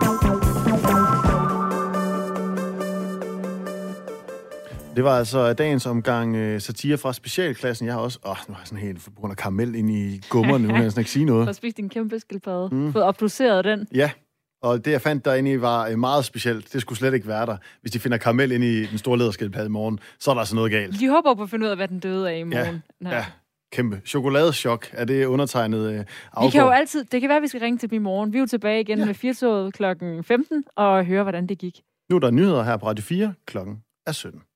Det var altså dagens omgang uh, satire fra specialklassen. Jeg har også... Åh, nu har jeg sådan helt på grund af karamel ind i gummerne. Nu kan jeg sådan ikke sige noget. Du har spist en kæmpe skildpadde. Mm. Fået obduceret den. Ja, og det jeg fandt derinde i var meget specielt. Det skulle slet ikke være der. Hvis de finder karamel ind i den store læderskildpadde i morgen, så er der altså noget galt. De håber på at finde ud af, hvad den døde af i morgen. Ja, ja. Kæmpe. Chokoladechok. Er det undertegnet uh, afgår? Vi kan jo altid... Det kan være, at vi skal ringe til dem i morgen. Vi er jo tilbage igen ja. med Firtoget klokken femten og høre, hvordan det gik. Nu er der nyheder her på Radio fire. Klokken er sytten.